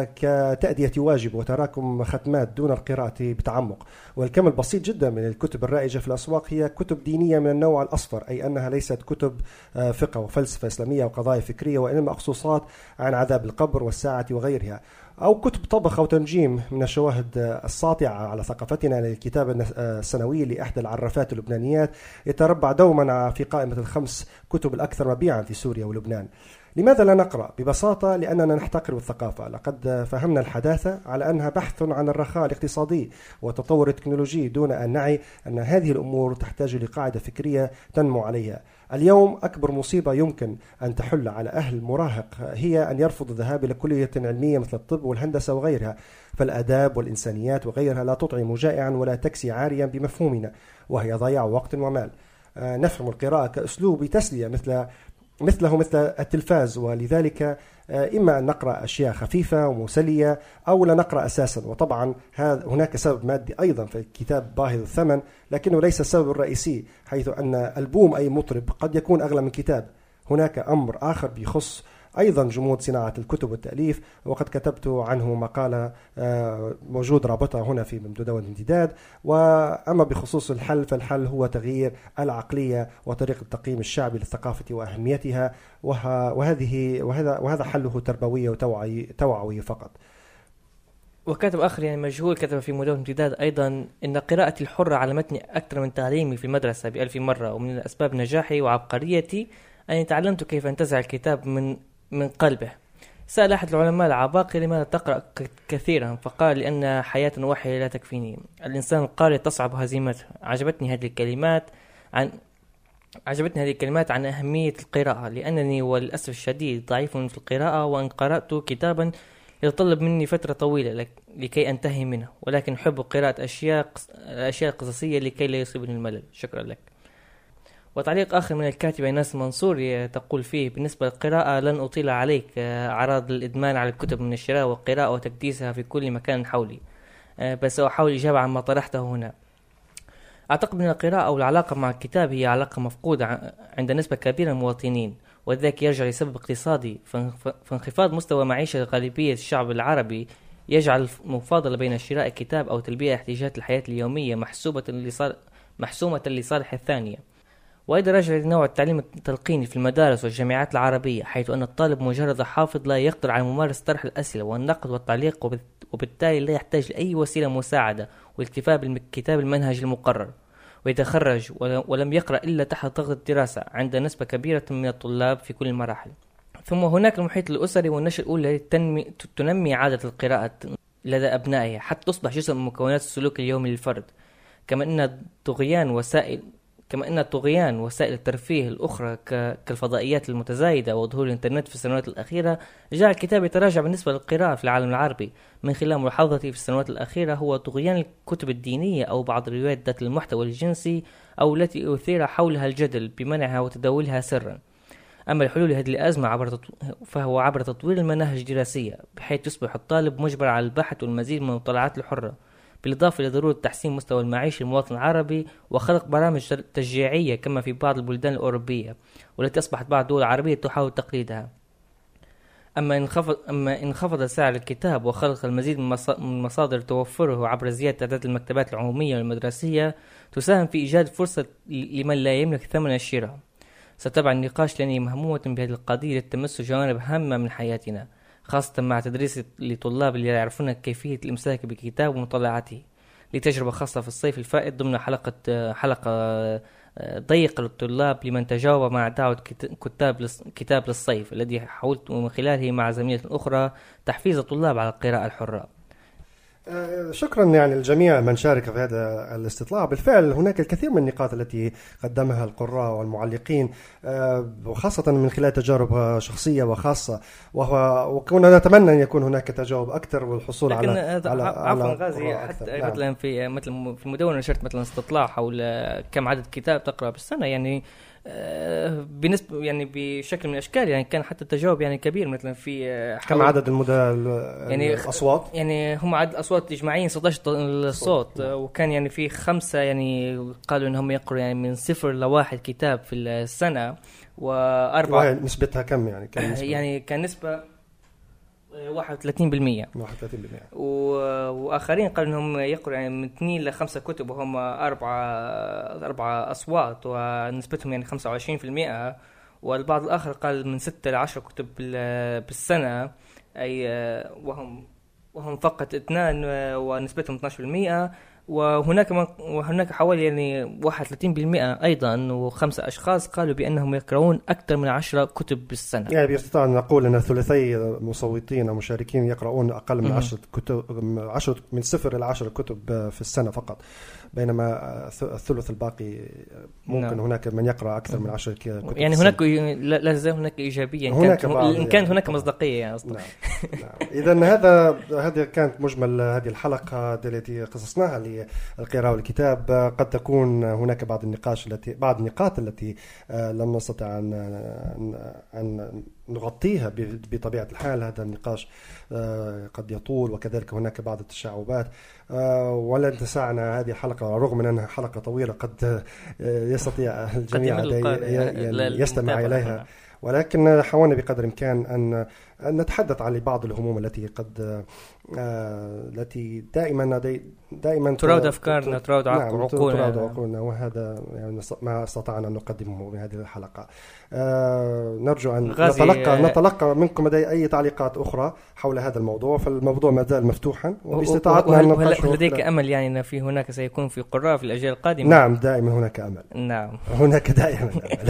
كتأدية واجب وتراكم ختمات دون القراءة بتعمق، والكم البسيط جدا من الكتب الرائجة في الأسواق هي كتب دينية من النوع الأصفر، أي أنها ليست كتب فقه وفلسفة إسلامية وقضايا فكرية، وإنما مخصوصات عن عذاب القبر والساعة وغيرها، أو كتب طبخ أو تنجيم من الشواهد الساطعة على ثقافتنا للكتاب السنوي لإحدى العرافات اللبنانيات يتربع دوما في قائمة الخمس كتب الأكثر مبيعا في سوريا ولبنان. لماذا لا نقرأ؟ ببساطة لأننا نحتقر الثقافة. لقد فهمنا الحداثة على أنها بحث عن الرخاء الاقتصادي والتطور التكنولوجي دون أن نعي أن هذه الأمور تحتاج لقاعدة فكرية تنمو عليها. اليوم أكبر مصيبة يمكن أن تحل على أهل مراهق هي أن يرفض الذهاب إلى كلية علمية مثل الطب والهندسة وغيرها، فالآداب والإنسانيات وغيرها لا تطعم جائعا ولا تكسي عاريا بمفهومنا، وهي ضياع وقت ومال. نفهم القراءة كأسلوب تسلية مثل مثله مثل التلفاز، ولذلك إما أن نقرأ أشياء خفيفة ومسلية أو لا نقرأ أساسا. وطبعا هناك سبب مادي أيضا في الكتاب باهظ الثمن، لكنه ليس السبب الرئيسي، حيث أن ألبوم أي مطرب قد يكون أغلى من كتاب. هناك أمر آخر بيخص أيضا جمود صناعة الكتب والتأليف، وقد كتبت عنه مقالة موجود رابطها هنا في مدونة امتداد. وأما بخصوص الحل فالحل هو تغيير العقلية وطريقة التقييم الشعبي للثقافة وأهميتها، وهذه وهذا وهذا حله تربوي وتوعوي توعوي فقط. وكاتب آخر يعني مجهول كتب في مدونة امتداد أيضا إن قراءتي الحرة علمتني أكثر من تعليمي في المدرسة بألف مرة، ومن أسباب نجاحي وعبقريتي أني تعلمت كيف أنتزع الكتاب من من قلبه. سأل أحد العلماء العباقرة لماذا تقرأ كثيرا، فقال لأن حياة واحدة لا تكفيني، الإنسان القارئ تصعب هزيمته. عجبتني هذه الكلمات عن عجبتني هذه الكلمات عن أهمية القراءة، لأنني وللأسف الشديد ضعيف في القراءة، وأن قرأت كتابا يتطلب مني فترة طويلة لكي أنتهي منه، ولكن أحب قراءة أشياء الأشياء القصصية لكي لا يصيبني الملل. شكرا لك. وتعليق آخر من الكاتبة إيناس منصور تقول فيه: بالنسبة للقراءة لن أطيل عليك أعراض الإدمان على الكتب من الشراء والقراءة وتكديسها في كل مكان حولي، بس أحاول الإجابة عن ما طرحته هنا. أعتقد أن القراءة أو العلاقة مع الكتاب هي علاقة مفقودة عند نسبة كبيرة من المواطنين، وذلك يرجع لسبب اقتصادي، فانخفاض مستوى معيشة غالبية الشعب العربي يجعل المفاضلة بين شراء كتاب أو تلبية احتياجات الحياة اليومية محسوبة لصالح محسومة لصالح الثانية. وأيضا رجع لنوع التعليم التلقيني في المدارس والجامعات العربية، حيث أن الطالب مجرد حافظ لا يقدر على ممارسة طرح الأسئلة والنقد والتعليق، وبالتالي لا يحتاج لأي وسيلة مساعدة والاكتفاء بالكتاب المنهج المقرر، ويتخرج ولم يقرأ إلا تحت ضغط الدراسة عند نسبة كبيرة من الطلاب في كل المراحل. ثم هناك المحيط الأسري والنشأة الأولى التي تنمي عادة القراءة لدى أبنائها حتى تصبح جزء من مكونات السلوك اليومي للفرد، كما أن طغيان وسائل كما أن طغيان وسائل الترفيه الأخرى كالفضائيات المتزايدة وظهور الإنترنت في السنوات الأخيرة جعل الكتاب يتراجع بالنسبة للقراءة في العالم العربي. من خلال ملاحظتي في السنوات الأخيرة هو طغيان الكتب الدينية أو بعض الروايات ذات المحتوى الجنسي أو التي أثير حولها الجدل بمنعها وتداولها سرا. أما الحلول لهذه الأزمة عبر تطو... فهو عبر تطوير المناهج الدراسية بحيث يصبح الطالب مجبر على البحث والمزيد من المطالعات الحرة، بالإضافة لضرورة تحسين مستوى المعيشة للمواطن العربي وخلق برامج تشجيعية كما في بعض البلدان الأوروبية والتي أصبحت بعض الدول العربية تحاول تقليدها. أما إن خفض أما إن خفض سعر الكتاب وخلق المزيد من مصادر توفره عبر زيادة تعداد المكتبات العمومية والمدرسية تساهم في إيجاد فرصة لمن لا يملك ثمن الشراء. ستبع النقاش لأني مهمومة بهذه القضية لتمس جوانب هامة من حياتنا، خاصة مع تدريس لطلاب اللي يعرفون كيفية الإمساك بالكتاب ومطالعته. لتجربة خاصة في الصيف الفائت ضمن حلقة حلقة ضيقة للطلاب لمن تجاوب مع دعوة كتاب كتاب للصيف الذي حاولت من خلاله مع زميلة أخرى تحفيز الطلاب على القراءة الحرة. شكرا يعني الجميع من شارك في هذا الاستطلاع. بالفعل هناك الكثير من النقاط التي قدمها القراء والمعلقين، وخاصة من خلال تجارب شخصية وخاصة، وكنا نتمنى أن يكون هناك تجاوب أكثر والحصول على على عفوا غازي حتى نعم. مثلا في مثل في المدونة نشرت مثلا استطلاع حول كم عدد كتاب تقرأ بالسنة، يعني بالنسبة يعني بشكل من الأشكال يعني كان حتى التجاوب يعني كبير. مثلا في كم عدد المدى يعني الأصوات، يعني هم عدد الأصوات إجماعيا ستة عشر الصوت، وكان يعني في خمسة يعني قالوا إنهم يقرأوا يعني من صفر لواحد كتاب في السنة، وأربعة نسبتها كم يعني كان نسبة يعني كان نسبة واحد وثلاثين بالمئة واحد وثلاثين بالمئة وآخرين قالوا إنهم يقرأوا يعني من اثنين لخمسة كتب وهم أربعة أربعة أصوات ونسبتهم يعني خمسة وعشرين بالمئة، والبعض الآخر قال من ستة لعشرة كتب بالسنة أي وهم وهم فقط اثنان ونسبتهم اثناشر بالمئة، وهناك وهناك حوالي يعني واحد وثلاثين بالمئة أيضا وخمسة أشخاص قالوا بأنهم يقرؤون أكثر من عشرة كتب بالسنة. يعني بيستطيع أن نقول أن ثلثي مصوتين أو مشاركين يقرؤون أقل من عشرة كتب، عشرة من صفر إلى عشرة كتب في السنة فقط، بينما الثلث الباقي ممكن نعم. هناك من يقرأ أكثر من عشرة كتب يعني هناك لا زال هناك إيجابية إن كانت, إن كانت هناك مصداقية يعني نعم. نعم. إذن هذا هذه كانت مجمل هذه الحلقة التي قصصناها للقراءة والكتاب. قد تكون هناك بعض النقاش التي بعض النقاط التي لم نستطع أن أن نغطيها بطبيعة الحال. هذا النقاش قد يطول، وكذلك هناك بعض التشعبات، ولن تسعنا هذه الحلقة رغم من أنها حلقة طويلة قد يستطيع الجميع يستمع إليها ولكن حاولنا بقدر الإمكان أن نتحدث عن بعض الهموم التي قد آه التي دائما دائما تراود أفكارنا، تراود عقولنا. نعم عقولنا، وهذا يعني ما استطعنا أن نقدمه بهذه الحلقة. آه نرجو أن نتلقى نتلقى منكم لدي أي تعليقات أخرى حول هذا الموضوع، فالموضوع ما زال مفتوحا وباستطاعتنا أن نناقشه. لديك أمل يعني أن في هناك سيكون في قراء في الأجيال القادمة؟ نعم دائما هناك أمل. نعم هناك دائما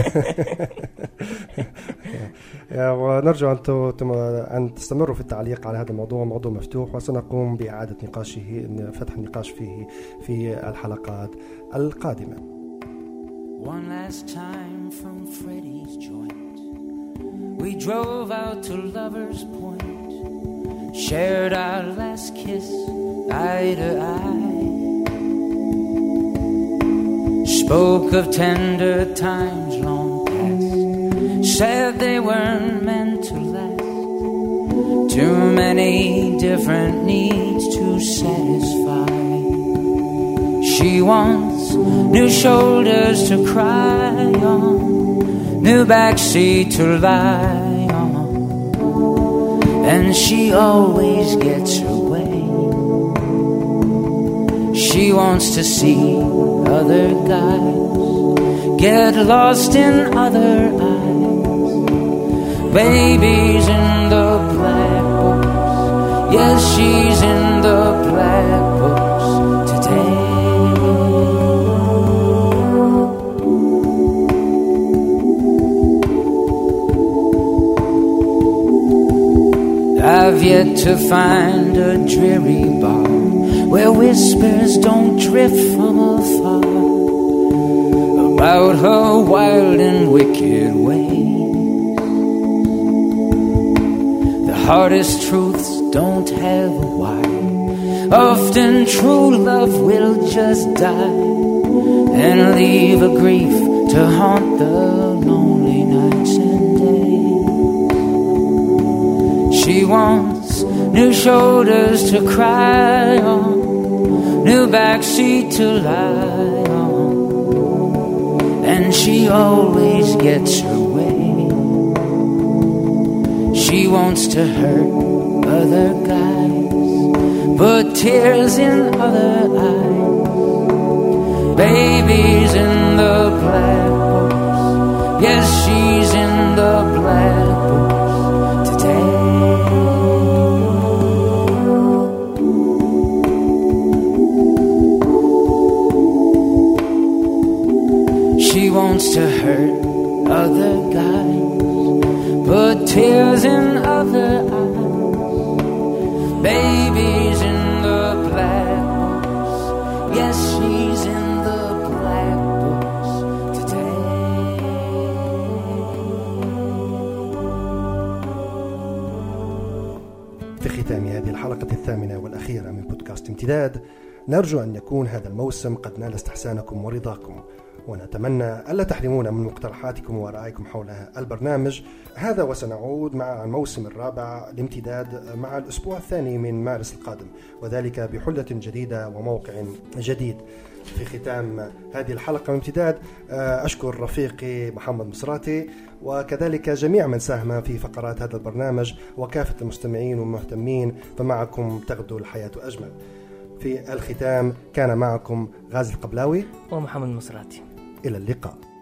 أمل. ونرجو أن أن تستمروا في التعليق على هذا الموضوع، موضوع مفتوح، وسنقوم بإعادة نقاشه فتح النقاش فيه في الحلقات القادمة. One last time from Freddy's joint, we drove out to Lover's Point, shared our last kiss eye to eye, spoke of tender times long past, said they weren't meant to last, too many different needs to satisfy. She wants new shoulders to cry on, new backseat to lie on, and she always gets her way. She wants to see other guys, get lost in other eyes, babies in the black books, yes she's in the black books today. I've yet to find a dreary bar where whispers don't drift from afar about her wild and wicked ways. The hardest truths don't have a why. Often true love will just die and leave a grief to haunt the lonely nights and days. She wants new shoulders to cry on, new backseat to lie on, and she always gets her way. She wants to hurt other guys, put tears in other eyes, babies in the black books, yes she's in the black books today. She wants to hurt other guys, put tears in other eyes, babies in the black books, yes she's in the black books today. في ختام هذه الحلقة الثامنة والأخيرة من بودكاست امتداد، نرجو أن يكون هذا الموسم قد نال استحسانكم ورضاكم، ونتمنى ألا تحرمونا من مقترحاتكم ورأيكم حول البرنامج هذا. وسنعود مع الموسم الرابع الامتداد مع الأسبوع الثاني من مارس القادم، وذلك بحلة جديدة وموقع جديد. في ختام هذه الحلقة من امتداد أشكر رفيقي محمد مصراتي، وكذلك جميع من ساهم في فقرات هذا البرنامج، وكافة المستمعين والمهتمين، فمعكم تغدو الحياة أجمل. في الختام كان معكم غازي القبلاوي ومحمد مصراتي. إلى اللقاء.